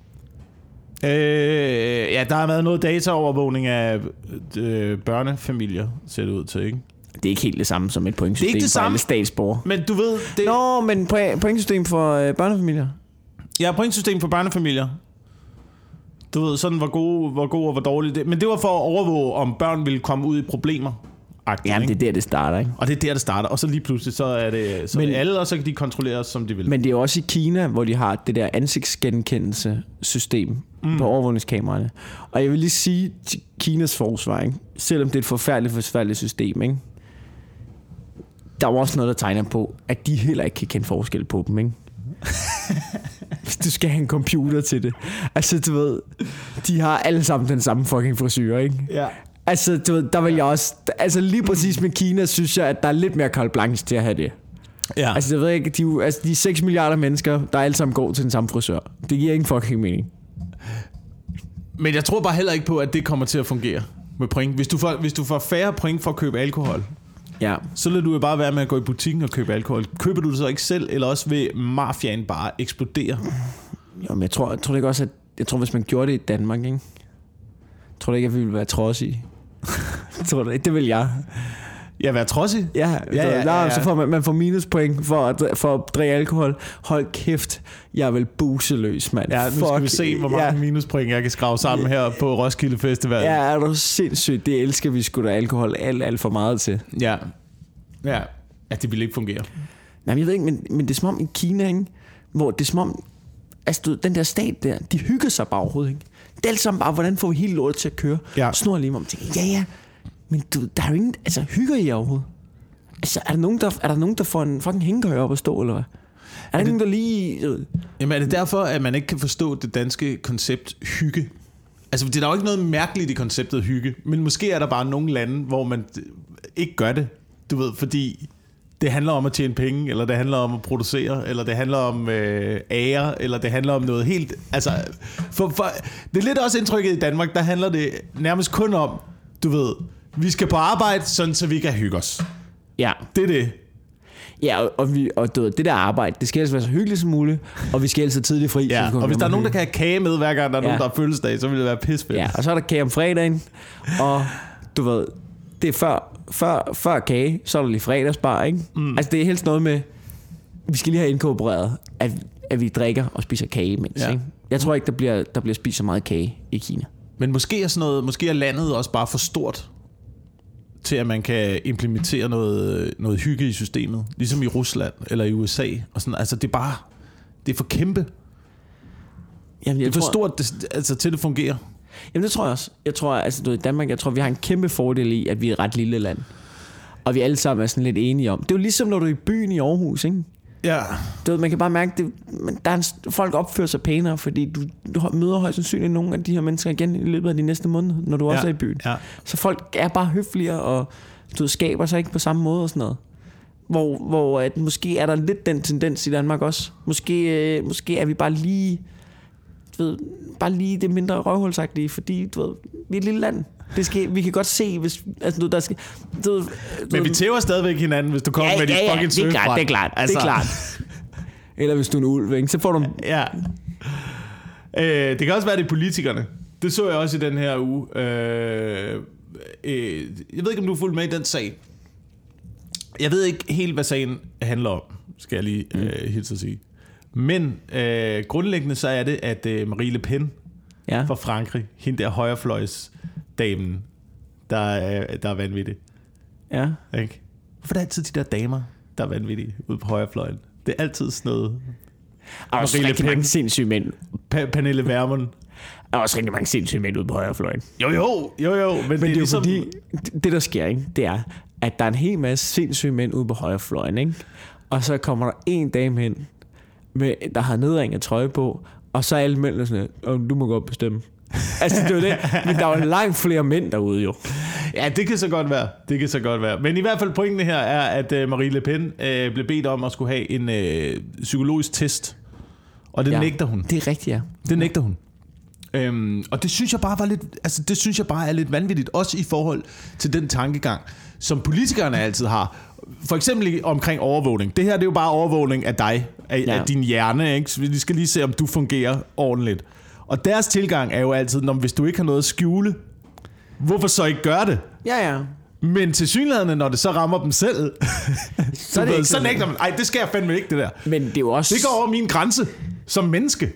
Ja, der har været noget dataovervågning af børnefamilier, ser det ud til, ikke? Det er ikke helt det samme som et pointsystem for alle statsborgere. Men du ved... men pointsystem for børnefamilier? Ja, pointsystem for børnefamilier. Du ved, sådan hvor god og hvor dårlig det. Men det var for at overvåge, om børn ville komme ud i problemer. Jamen, det er der, det starter, ikke? Og det er der, det starter. Og så lige pludselig, så er det alle, og så kan de kontrolleres, som de vil. Men det er også i Kina, hvor de har det der ansigtsgenkendelsessystem på overvågningskameraerne. Og jeg vil lige sige til Kinas forsvar, ikke? Selvom det er et forfærdeligt system, ikke? Der er også noget, der tegner på, at de heller ikke kan kende forskel på dem, ikke? Hvis du skal have en computer til det. Altså, du ved, de har alle sammen den samme fucking frisyr, ikke? Ja. Altså, du ved, der vil jeg også... Altså, lige præcis med Kina, synes jeg, at der er lidt mere carte blanche til at have det. Ja. Altså, jeg ved ikke, de 6 milliarder mennesker, der alle sammen går til den samme frisør. Det giver ingen fucking mening. Men jeg tror bare heller ikke på, at det kommer til at fungere med point. Hvis du får færre point for at købe alkohol, så lader du jo bare være med at gå i butikken og købe alkohol. Køber du det så ikke selv, eller også vil mafiaen bare eksplodere? Jo, men jeg tror ikke også, at... Jeg tror, hvis man gjorde det i Danmark, ikke? Jeg tror ikke, at vi ville være trodsige. Tror du ikke? Det vil jeg. Ja, være trodsig? Ja. Så får man får minuspoint for at drikke alkohol. Hold kæft, jeg er vel buseløs, mand. Ja, nu skal vi se, hvor mange minuspoint jeg kan skrave sammen her på Roskilde Festival. Ja, er du sindssygt. Det elsker vi sgu da alkohol alt for meget til. Ja, det vil ikke fungere. Nej, men jeg ved ikke, men det er som om i Kina, ikke? Hvor det er som om, altså den der stat der, de hygger sig bare overhovedet, ikke? Det er alt sammen bare, hvordan får vi hele lortet til at køre? Ja. Snor lige om til, ja. Men der er jo ingen... Altså, hygger I overhovedet? Altså, er der nogen, der får en fucking hængekøj op at stå, eller hvad? Er der nogen, der lige... Jamen, er det derfor, at man ikke kan forstå det danske koncept hygge? Altså, det er der jo ikke noget mærkeligt i konceptet hygge, men måske er der bare nogle lande, hvor man ikke gør det, du ved, fordi det handler om at tjene penge, eller det handler om at producere, eller det handler om ære, eller det handler om noget helt... Altså, det er lidt også indtrykket i Danmark, der handler det nærmest kun om, du ved... Vi skal på arbejde, sådan så vi kan hygge os. Ja. Det er det. Ja, og det der arbejde, det skal altså være så hyggeligt som muligt, og vi skal altid tidligt fri. Ja, og hvis der er nogen, der kan have kage med, hver gang der er nogen, der har fødselsdag, så vil det være pissefedt. Ja, og så er der kage om fredagen, og du ved, det er før kage, så er der lige fredagsbar, ikke? Altså det er helst noget med, vi skal lige have inkorporeret, at vi drikker og spiser kage imens, ikke? Jeg tror ikke, der bliver spist så meget kage i Kina. Men måske er landet også bare for stort til at man kan implementere noget hygge i systemet, ligesom i Rusland eller i USA og sådan. Altså det er for kæmpe. Jamen, det er for stort, altså til det fungerer. Jamen det tror jeg også. Jeg tror altså i Danmark, vi har en kæmpe fordel i, at vi er et ret lille land, og vi alle sammen er sådan lidt enige om. Det er jo ligesom når du er i byen i Aarhus, ikke? Ja. Man kan bare mærke det. Folk opfører sig pænere, fordi du møder højst sandsynligt nogle af de her mennesker igen i løbet af de næste måneder, når du også er i byen. Ja. Så folk er bare høfligere, og du skaber sig ikke på samme måde og sådan noget. Hvor at måske er der lidt den tendens i Danmark også. Måske er vi bare lige, det mindre røvhulsagtige, fordi vi er et lille land. Vi kan godt se, hvis altså der skal. Men vi tæver stadigvæk hinanden, hvis du kommer med de fucking søgefra. Det er klart. Altså. Det er klart. Eller hvis du er en ulv, ikke? Så får du. Ja. Det kan også være det politikerne. Det så jeg også i den her uge. Jeg ved ikke om du er fuldt med i den sag. Jeg ved ikke helt hvad sagen handler om, skal jeg lige hilse at sige. Men grundlæggende så er det at Marie Le Pen fra Frankrig, hende der højrefløjs damen, der er vanvittig. Ja. Ikke? For der er altid de der damer, der er vanvittige ude på højrefløjen. Det er altid sådan noget. Der er også rigtig mange sindssyge mænd. Pernille Vermund. Der er også rigtig mange sindssyge mænd ude på højrefløjen. Jo. Men det er ligesom... fordi, det der sker, ikke, det er, at der er en hel masse sindssyge mænd ude på højrefløjen, ikke? Og så kommer der en dame hen, der har nedringet trøje på, og så er alle mændene sådan, du må godt bestemme. Altså det er det. Men der er jo langt flere mænd derude jo. Ja, det kan så godt være. Men i hvert fald pointen her er, at Marie Le Pen blev bedt om at skulle have en psykologisk test. Og det nægter hun. Det er rigtigt, ja. Det nægter hun. Og det synes jeg bare var lidt, altså det synes jeg bare er lidt vanvittigt, også i forhold til den tankegang, som politikerne altid har. For eksempel omkring overvågning. Det her, det er jo bare overvågning af dig, af din hjerne, ikke? Så vi skal lige se, om du fungerer ordentligt. Og deres tilgang er jo altid, hvis du ikke har noget at skjule, hvorfor så ikke gøre det? Ja. Men tilsyneladende, når det så rammer dem selv, så nægter man, det skal jeg fandme ikke, det der. Men det er jo også... Det går over min grænse som menneske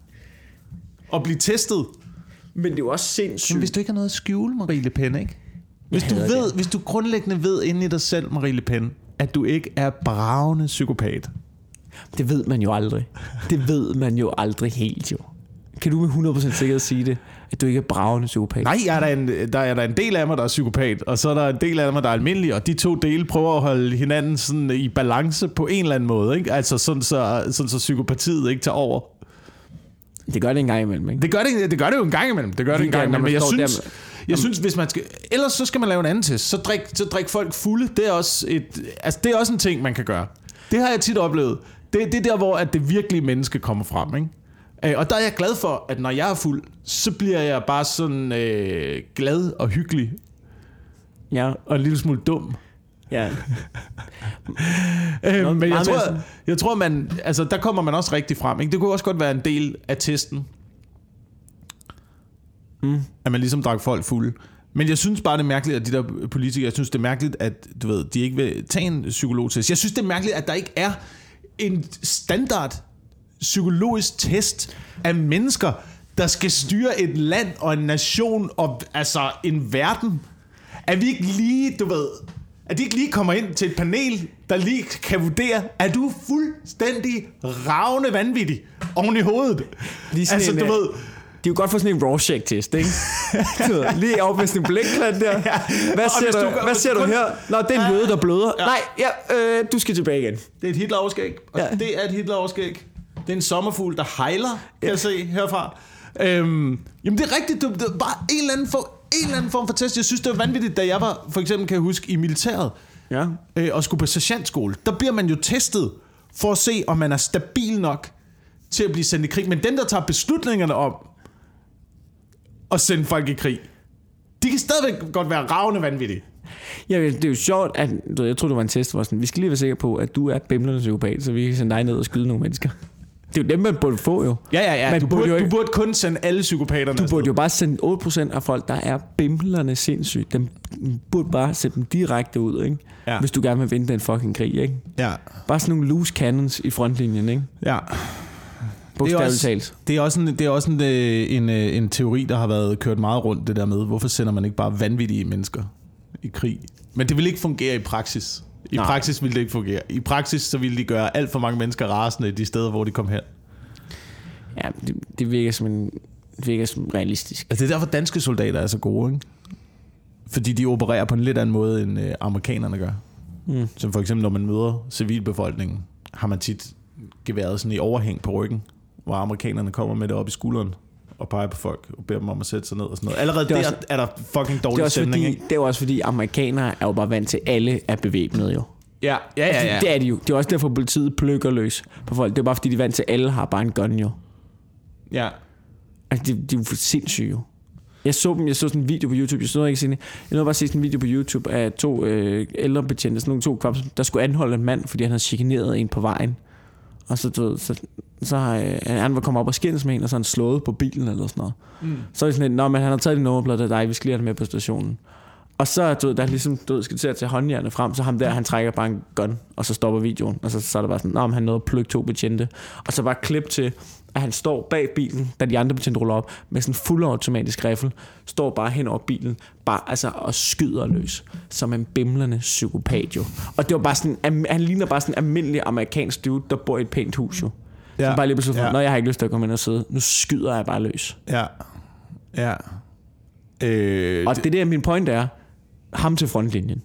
at blive testet. Men det er jo også sindssygt. Men hvis du ikke har noget at skjule, Marie Le Pen, ikke? Hvis du grundlæggende ved inde i dig selv, Marie Le Pen, at du ikke er bravende psykopat. Det ved man jo aldrig. Det ved man jo aldrig helt, jo. Kan du med 100% sikkert sige det, at du ikke er bravende psykopat? Nej, der er en del af mig, der er psykopat, og så er der en del af mig, der er almindelig, og de to dele prøver at holde hinanden sådan i balance på en eller anden måde, ikke? Altså sådan så psykopatiet ikke tager over. Det gør det en gang imellem, ikke? Det gør det jo en gang imellem. Men Jeg synes, hvis man skal... Ellers så skal man lave en anden test. Så drik folk fulde. Det er også det er også en ting, man kan gøre. Det har jeg tit oplevet. Det er der, hvor at det virkelige menneske kommer frem, ikke? Og der er jeg glad for, at når jeg er fuld, så bliver jeg bare sådan glad og hyggelig. Ja. Og en lille smule dum. Ja. Men jeg tror, man... Altså, der kommer man også rigtig frem, ikke? Det kunne også godt være en del af testen. At man ligesom drak folk fulde. Men jeg synes bare, det er mærkeligt, at de der politikere... Jeg synes, det er mærkeligt, at du ved, de ikke vil tage en psykologtest. Jeg synes, det er mærkeligt, at der ikke er en standard psykologisk test af mennesker, der skal styre et land og en nation og altså en verden. At vi ikke lige, du ved... At de ikke lige kommer ind til et panel, der lige kan vurdere, er du fuldstændig ravne vanvittig oven i hovedet? Altså, du ved... De er jo godt for sådan en Rorschach-test, ikke? Lige op med sådan en blinklat der. Hvad ser du her? Nå, det er en jøde, der bløder. Ja. Nej, du skal tilbage igen. Det er et Hitler-overskæg. Det er et Hitler-overskæg. Det er en sommerfugl, der hejler, kan jeg se herfra. Jamen, det er rigtigt. Det er bare en eller anden form for test. Jeg synes, det var vanvittigt, da jeg var, for eksempel kan jeg huske, i militæret. Ja. Og skulle på sergeantskole. Der bliver man jo testet for at se, om man er stabil nok til at blive sendt i krig. Men den, der tager beslutningerne om at sende folk i krig, de kan stadigvæk godt være ravne vanvittige. Ja, det er jo sjovt, at jeg tror, det var en test, hvor sådan, vi skal lige være sikre på, at du er bimlende psykopat, så vi kan sende dig ned og skyde nogle mennesker. Det er jo dem, man burde få jo. Ja. Du burde kun sende alle psykopaterne. Du burde jo bare sende 8% af folk, der er bimlerne sindssygt. Dem burde bare sætte dem direkte ud, ikke? Ja. Hvis du gerne vil vinde den fucking krig, ikke? Ja. Bare sådan nogle loose cannons i frontlinjen, ikke? Ja. Det er også en teori, der har været kørt meget rundt, det der med, hvorfor sender man ikke bare vanvittige mennesker i krig? Men det vil ikke fungere i praksis. I praksis ville det ikke fungere. I praksis så ville de gøre alt for mange mennesker rasende i de steder, hvor de kom hen. Ja, det virker som realistisk. Altså, det er derfor danske soldater er så gode, ikke? Fordi de opererer på en lidt anden måde, end amerikanerne gør. Som for eksempel, når man møder civilbefolkningen, har man tit geværet sådan i overhæng på ryggen, hvor amerikanerne kommer med det op i skulderen og peger på folk og beder dem om at sætte sig ned og sådan noget. Allerede der er der fucking dårlig stemning, ikke? Det er jo også fordi, amerikanere er jo bare vant til, alle er bevæbnet jo. Ja. Altså, det er de jo. Det er også derfor, politiet plukker løs på folk. Det er bare fordi, de er vant til, alle har bare en gun jo. Ja. Altså, de er jo sindssyge jo. Jeg så sådan en video på YouTube. Jeg nåede bare se sådan en video på YouTube af 2 ældre betjente, sådan nogle 2 kvaps, der skulle anholde en mand, fordi han havde chikaneret en på vejen. Og så har han var kommet op og skændes med en, og så han slået på bilen eller sådan noget. Så er det sådan lidt, men han har taget din nummerplade af dig, vi skal lige have det med på stationen. Og så der ligesom skal til at tage håndjernet frem, så ham der, han trækker bare en gun, og så stopper videoen. Og så er det bare sådan, han nåede at plukke 2 betjente. Og så bare klip til, at han står bag bilen, da de andre betjente ruller op, med sådan en fuldautomatisk riffel, står bare hen over bilen, bare altså og skyder løs, som en bimlende psykopat jo. Og det var bare sådan, han ligner bare sådan en almindelig amerikansk dude, der bor i et pænt hus jo. Ja. Så bare lige pludselig, jeg har ikke lyst til at komme ind og sidde, nu skyder jeg bare løs. Ja. Og det der min point er, ham til frontlinjen.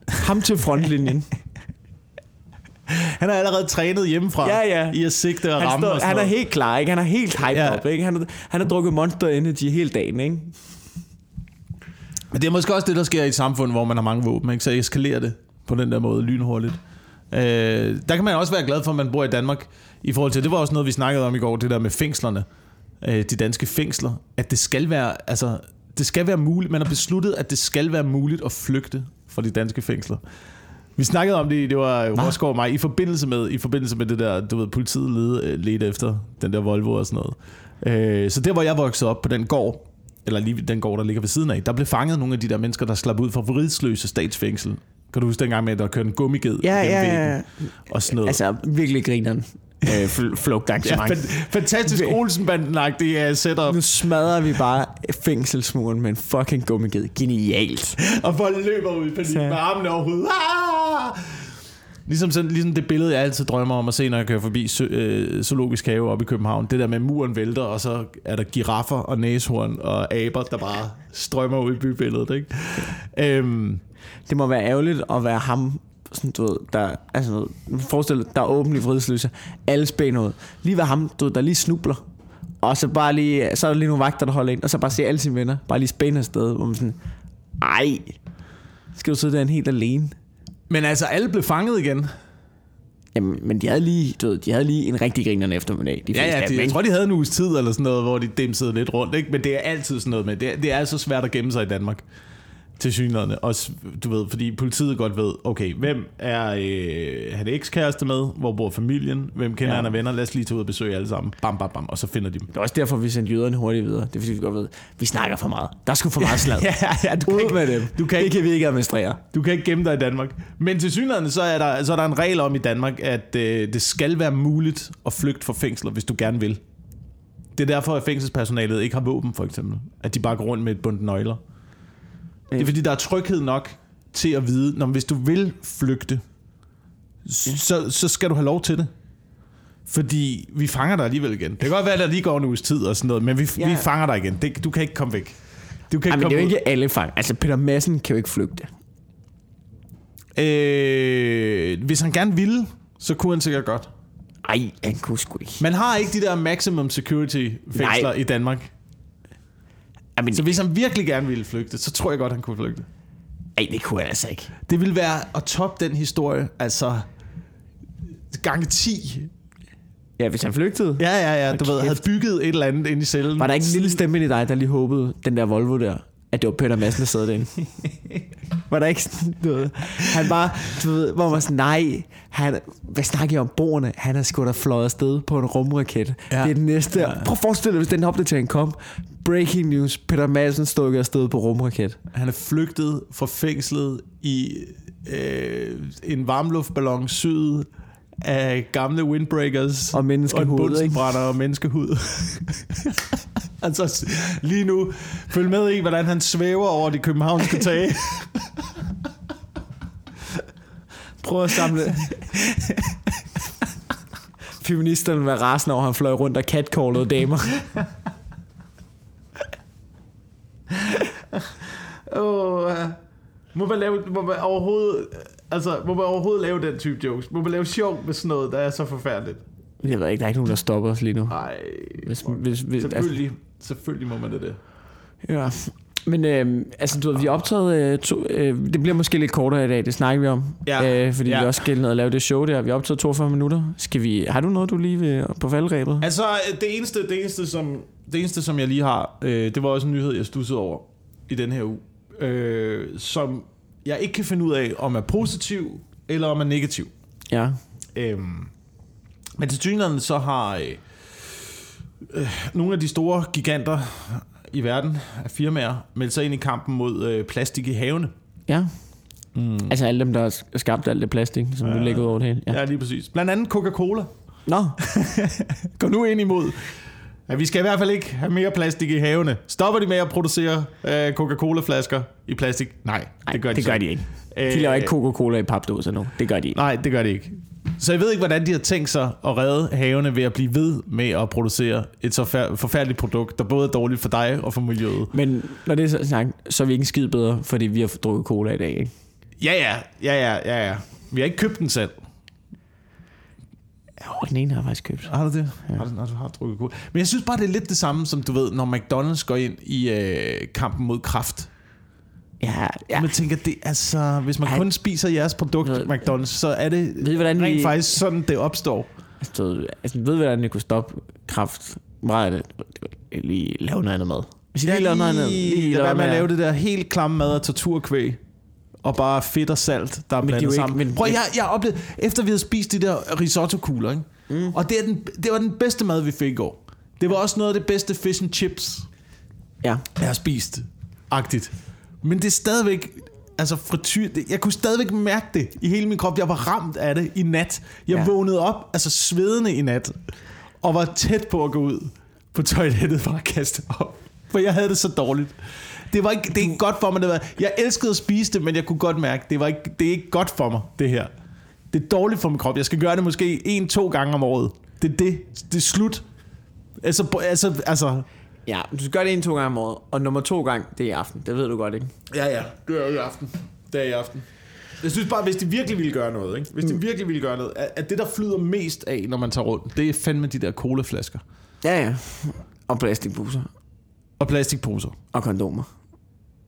Han har allerede trænet hjemmefra i at sigte og ramme. Han er helt klar, ikke? Han er helt hyped op, ikke? Han har drukket Monster Energy hele dagen, ikke? Men det er måske også det, der sker i et samfund, hvor man har mange våben, ikke? Så eskalerer det på den der måde lynhurtigt. Der kan man også være glad for, at man bor i Danmark. I forhold til, det var også noget, vi snakkede om i går, det der med fængslerne. De danske fængsler. At det skal være muligt. Man har besluttet, at det skal være muligt at flygte fra de danske fængsler. Vi snakkede om det var Rosgaard og mig, i forbindelse med det der, du ved, politiet ledte efter den der Volvo og sådan noget. Så der, hvor jeg voksede op på den gård, eller lige den gård, der ligger ved siden af, der blev fanget nogle af de der mennesker, der slap ud fra Vridsløse statsfængsel. Kan du huske dengang med, at der kørte en gummiged gennem væggen og sådan noget? Altså, virkelig grineren. Flugtarrangement. Fantastisk Olsenbanden-agtig setup. Nu smadrer vi bare fængselsmuren med en fucking gummiged. Genialt. Og folk løber ud i panik med armene over hovedet. Ligesom det billede, jeg altid drømmer om at se, når jeg kører forbi Zoologisk Have oppe i København. Det der med muren vælter, og så er der giraffer og næshorn og aber, der bare strømmer ud i bybilledet, ikke? Det må være ærgerligt at være ham, sådan, du ved, forestil dig, der er åben i Vridsløse, alle spænder ud. Lige ved ham, du ved, der lige snubler, og så er der lige nogle vagter, der holder ind, og så bare se alle sine venner, bare lige spænder afsted, hvor man sådan, Ej. Skal du sidde der helt alene? Men altså, alle blev fanget igen. Jamen, men de havde lige en rigtig grinerne eftermiddag. Jeg tror, de havde en uges tid eller sådan noget, hvor de dimsede lidt rundt, ikke? Men det er altid sådan noget med. Det er så svært at gemme sig i Danmark. Til synligheden. Også, du ved, fordi politiet godt ved, okay, hvem er han ekskæreste med? Hvor bor familien? Hvem kender han af venner? Lad os lige tage ud og besøge alle sammen. Bam, bam, bam. Og så finder de dem. Det er også derfor, vi sendte jøderne hurtigt videre. Det er fordi, vi godt ved, vi snakker for meget. Der er sgu for meget slag. Ud med dem. Det kan vi ikke administrere. Du kan ikke gemme dig i Danmark. Men til synligheden, så er der en regel om i Danmark, at det skal være muligt at flygte fra fængsler, hvis du gerne vil. Det er derfor, at fængselspersonalet ikke har våben, for eksempel. At de bare går rundt med et bundt nøgler. Det er fordi, der er tryghed nok til at vide, når hvis du vil flygte, så skal du have lov til det. Fordi vi fanger dig alligevel igen. Det kan godt være, at der lige går en uges tid og sådan noget, men vi fanger dig igen. Du kan ikke komme væk. Men det er jo ikke alle fanger. Altså, Peter Madsen kan jo ikke flygte. Hvis han gerne ville, så kunne han sikkert godt. Ej, han kunne sgu ikke. Man har ikke de der maximum security fængsler i Danmark. Jamen, så hvis han virkelig gerne ville flygte, så tror jeg godt, han kunne flygte. Ej, det kunne han altså ikke. Det ville være at toppe den historie, altså gange 10. Ja, hvis han flygtede. Ja, du ved, havde bygget et eller andet ind i cellen. Var der ikke en lille stemme i dig, der lige håbede, den der Volvo der, at det var Peter Madsen, der sad derinde? Var der ikke sådan noget? Han bare, du ved, hvor man sådan, nej, hvad snakker jeg om bordene? Han er sgu da fløjet afsted på en rumraket. Ja. Det er den næste. Ja. Prøv at forestille dig, hvis den opdatering kom. Breaking news, Peter Madsen stod afsted på rumraket. Han er flygtet fra fængslet i en varmluftballon syet af gamle windbreakers og menneskehud, og bunsenbrænder og menneskehud. Altså lige nu følg med i, hvordan han svæver over de københavnske tage. Prøv at samle feministerne var rasende over, han fløj rundt og catcallede damer. Må man overhovedet lave den type jokes? Må man lave sjov med sådan noget, der er så forfærdeligt? Jeg ved ikke, der er ikke nogen, der stopper os lige nu. Nej, selvfølgelig må man det. Ja, men altså du ved, vi er optaget det bliver måske lidt kortere i dag, det snakker vi om. Fordi vi også skal ned og lave det show der. Vi er optaget 42 minutter. Har du noget, du lige vil på faldrebet? Altså, det eneste som jeg lige har, det var også en nyhed, jeg studsede over i den her uge, som jeg ikke kan finde ud af, om er positiv eller om er negativ. Ja. Men til synligheden så har nogle af de store giganter i verden af firmaer meldt sig ind i kampen mod plastik i havene. Ja. Altså alle dem, der har skabt alt det plastik, som nu ligger over det hele. Ja, lige præcis. Blandt andet Coca-Cola. Nå. Gå nu ind imod. Ja, vi skal i hvert fald ikke have mere plastik i havene. Stopper de med at producere Coca-Cola-flasker i plastik? Nej, det gør de ikke. De laver ikke Coca-Cola i papdåser nu. Det gør de ikke. Nej, det gør de ikke. Så jeg ved ikke, hvordan de har tænkt sig at redde havene ved at blive ved med at producere et så forfærdeligt produkt, der både er dårligt for dig og for miljøet. Men når det er sagt, så er vi ikke en skid bedre, fordi vi har drukket cola i dag, ikke? Ja. Vi har ikke købt den selv. Den ene har jeg faktisk købt. Har du det? Ja. Du har drukket cola. Men jeg synes bare, det er lidt det samme, som du ved, når McDonald's går ind i kampen mod kræft. Ja. Man tænker, det altså, hvis man kun spiser jeres produkt, McDonald's, så er det rent faktisk sådan, det opstår. Ved hvordan vi kunne stoppe kræft? Meget lige lave noget andet mad. Hvis I lige laver noget andet. Lad være lave det der helt klamme mad af torturkvæg. Og bare fedt og salt, der er blandet sammen. Prøv, jeg oplevede, efter vi havde spist de der risotto-kugler, ikke? Og det var den bedste mad, vi fik i går. Det var også noget af det bedste fish and chips, jeg har spist. Agtigt. Men det er stadigvæk, altså frityr, jeg kunne stadigvæk mærke det i hele min krop. Jeg var ramt af det i nat. Jeg vågnede op, altså svedende i nat, og var tæt på at gå ud på toilettet for at kaste op. For jeg havde det så dårligt. Det er ikke godt for mig. Jeg elskede at spise det, men jeg kunne godt mærke, det er ikke godt for mig, det her. Det er dårligt for min krop. Jeg skal gøre det måske 1-2 gange om året. Det er slut. Altså. Ja, du skal gøre det 1-2 gange om året, og nummer 2 gang, det er i aften. Det ved du godt, ikke? Ja, det er i aften. Det er i aften. Jeg synes bare, hvis de virkelig ville gøre noget, ikke? Hvis de virkelig ville gøre noget, at det, der flyder mest af, når man tager rundt, det er fandme de der colaflasker. Ja. Og plastikposer. Og plastikposer. Og kondomer.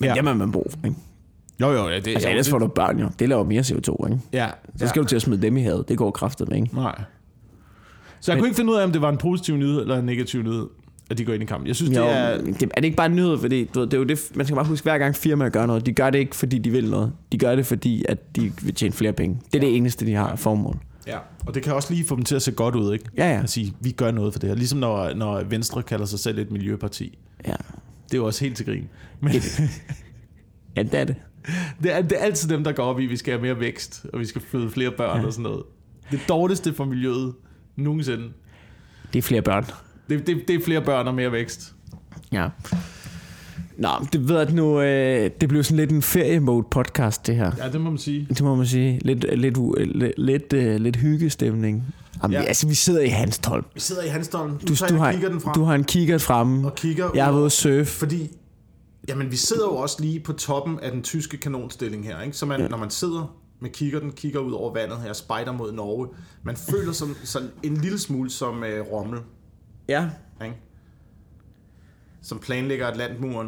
Men det må man bruge, ikke? Jo, ja, det, altså ellers får du børn jo. Det laver mere CO2, ikke? Ja. Så skal du til at smide dem i havet. Det går kraftigt, ikke? Nej. Så jeg kunne ikke finde ud af, om det var en positiv nyhed eller en negativ nyhed, at de går ind i kampen. Jeg synes, jo, det er... Er det ikke bare en nyhed, fordi det er jo det, man skal bare huske, hver gang firmaer gør noget. De gør det ikke, fordi de vil noget. De gør det, fordi at de vil tjene flere penge. Det er det eneste, de har formål. Ja, og det kan også lige få dem til at se godt ud, ikke? Ja. At sige, vi gør noget for det her. Ligesom når Venstre kalder sig selv et miljøparti. Ja. Det er jo også helt til grin. Men ja, det er det. Det er altid dem, der går op i, vi skal have mere vækst, og vi skal føde flere børn og sådan noget. Det dårligste for miljøet nogensinde. Det er flere børn. Det er flere børn og mere vækst. Ja. Nå, det ved jeg nu, det blev sådan lidt en feriemode podcast, det her. Ja, det må man sige. Det må man sige. Lidt hyggestemning. Jamen, ja. Altså, vi sidder i Hanstholm. Vi sidder i Hanstholm. Du har en kikkert fremme. Og kigger jeg har været at surfe. Fordi, jamen, vi sidder jo også lige på toppen af den tyske kanonstilling her, ikke? Så når man sidder med kigger ud over vandet her, spejder mod Norge, man føler sådan en lille smule som Rommel. Ja. Ikke? Som planlægger Atlantmuren.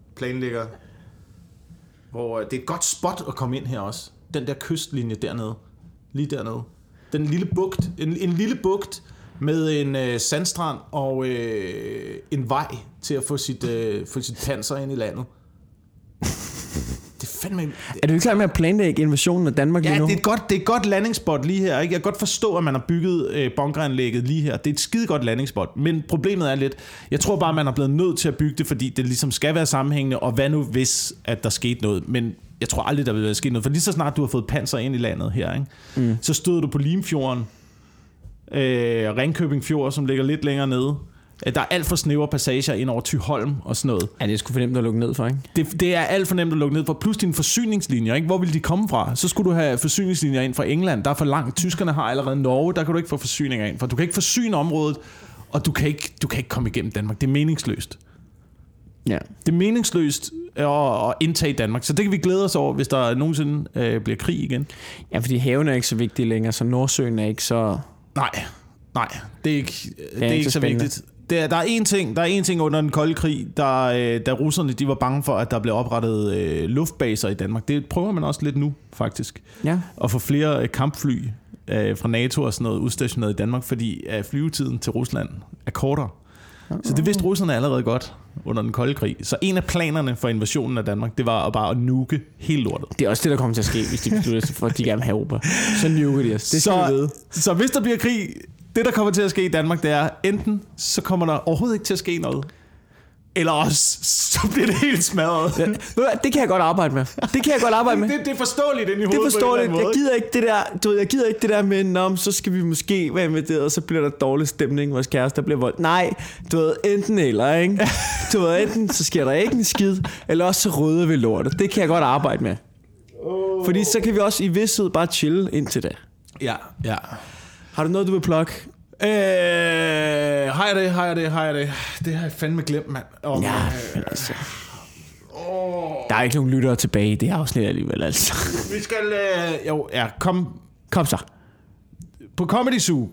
Hvor det er et godt spot at komme ind her også. Den der kystlinje dernede. Lige dernede. Den lille bugt. En lille bugt med en sandstrand og en vej til at få sit panser ind i landet. Det er fandme... Er du ikke klar med at planlægge invasionen af Danmark lige nu? Ja, det er et godt landingsspot lige her. Ikke? Jeg kan godt forstå, at man har bygget bunkeranlægget lige her. Det er et skide godt landingsspot. Men problemet er lidt... Jeg tror bare, man er blevet nødt til at bygge det, fordi det ligesom skal være sammenhængende. Og hvad nu hvis, at der skete noget? Men jeg tror aldrig, der vil ske noget. For lige så snart du har fået panser ind i landet her, ikke? Så støder du på Limfjorden. Ringkøbing Fjord, som ligger lidt længere nede. Der er alt for snævre passager ind over Thyholm og sådan noget. Ja, det er sgu for nemt at lukke ned for, ikke? Det er alt for nemt at lukke ned for. Plus dine forsyningslinjer, ikke? Hvor vil de komme fra? Så skulle du have forsyningslinjer ind fra England. Der er for langt. Tyskerne har allerede Norge. Der kan du ikke få forsyninger ind. For du kan ikke forsyne området, og du kan ikke komme igennem Danmark. Det er meningsløst. Ja. Det er meningsløst at indtage Danmark. Så det kan vi glæde os over, hvis der nogensinde bliver krig igen. Ja, fordi haven er ikke så vigtig længere, så Nordsøen er ikke så... Nej, det er ikke så vigtigt. Der er en ting under den kolde krig, da russerne de var bange for, at der blev oprettet luftbaser i Danmark. Det prøver man også lidt nu, faktisk. Ja. At få flere kampfly fra NATO og sådan noget udstationeret i Danmark, fordi flyvetiden til Rusland er kortere. Så det vidste russerne allerede godt under den kolde krig. Så en af planerne for invasionen af Danmark, det var bare at nuke hele lortet. Det er også det, der kommer til at ske, hvis de beslutter sig for, at de gerne vil have Europa. Så nuker de os. Det skal vi vide. Så hvis der bliver krig... Det, der kommer til at ske i Danmark, det er, enten så kommer der overhovedet ikke til at ske noget, eller også, så bliver det helt smadret. Ja, det kan jeg godt arbejde med. Det er forståeligt ind i hovedet. Det er forståeligt. Jeg gider ikke det der med, så skal vi måske være med det, og så bliver der dårlig stemning, vores kæreste bliver voldt. Nej, enten eller, ikke? Enten så sker der ikke en skid, eller også så rydder vi lortet. Det kan jeg godt arbejde med. Fordi så kan vi også i vidshed bare chille indtil det. Ja. Har du noget, du vil plukke? Har jeg det? Det har jeg fandme glemt, mand. Men altså... Der er ikke nogen lyttere tilbage i det her afsnit alligevel, altså. Vi skal... Kom så. På Comedy Zoo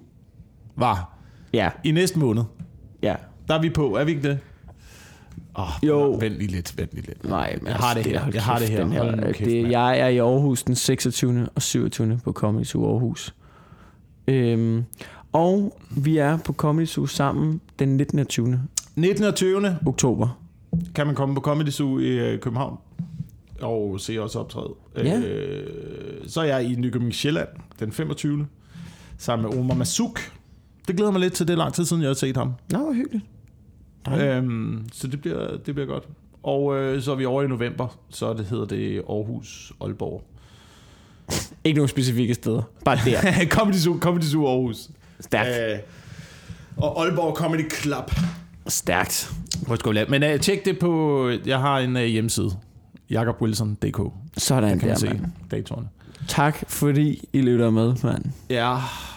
i næste måned. Ja. Der er vi på, er vi ikke det? Jo. Vent lige lidt. Nej, men jeg har det her. Jeg er i Aarhus den 26. og 27. på Comedy Zoo Aarhus. Og vi er på Comedy Zoo sammen den 19. og 20. 19. og 20. oktober. Kan man komme på Comedy Zoo i København og se os optræde. Ja. Så er jeg i Nykøbing Sjælland den 25. sammen med Omar Masuk. Det glæder mig lidt til, det er lang tid siden, jeg har set ham. Nå, hvor hyggeligt. Så det bliver godt. Og så er vi over i november, så hedder det Aarhus, Aalborg. Ikke nogen specifikke steder. Bare der. Comedy Zoo Aarhus. Stærkt. Og Aalborg Comedy Club. Stærkt. Men tjek det på... Jeg har en hjemmeside. jakobwilson.dk. Sådan der, kan man se datorerne. Tak fordi I lytter med, mand. Ja.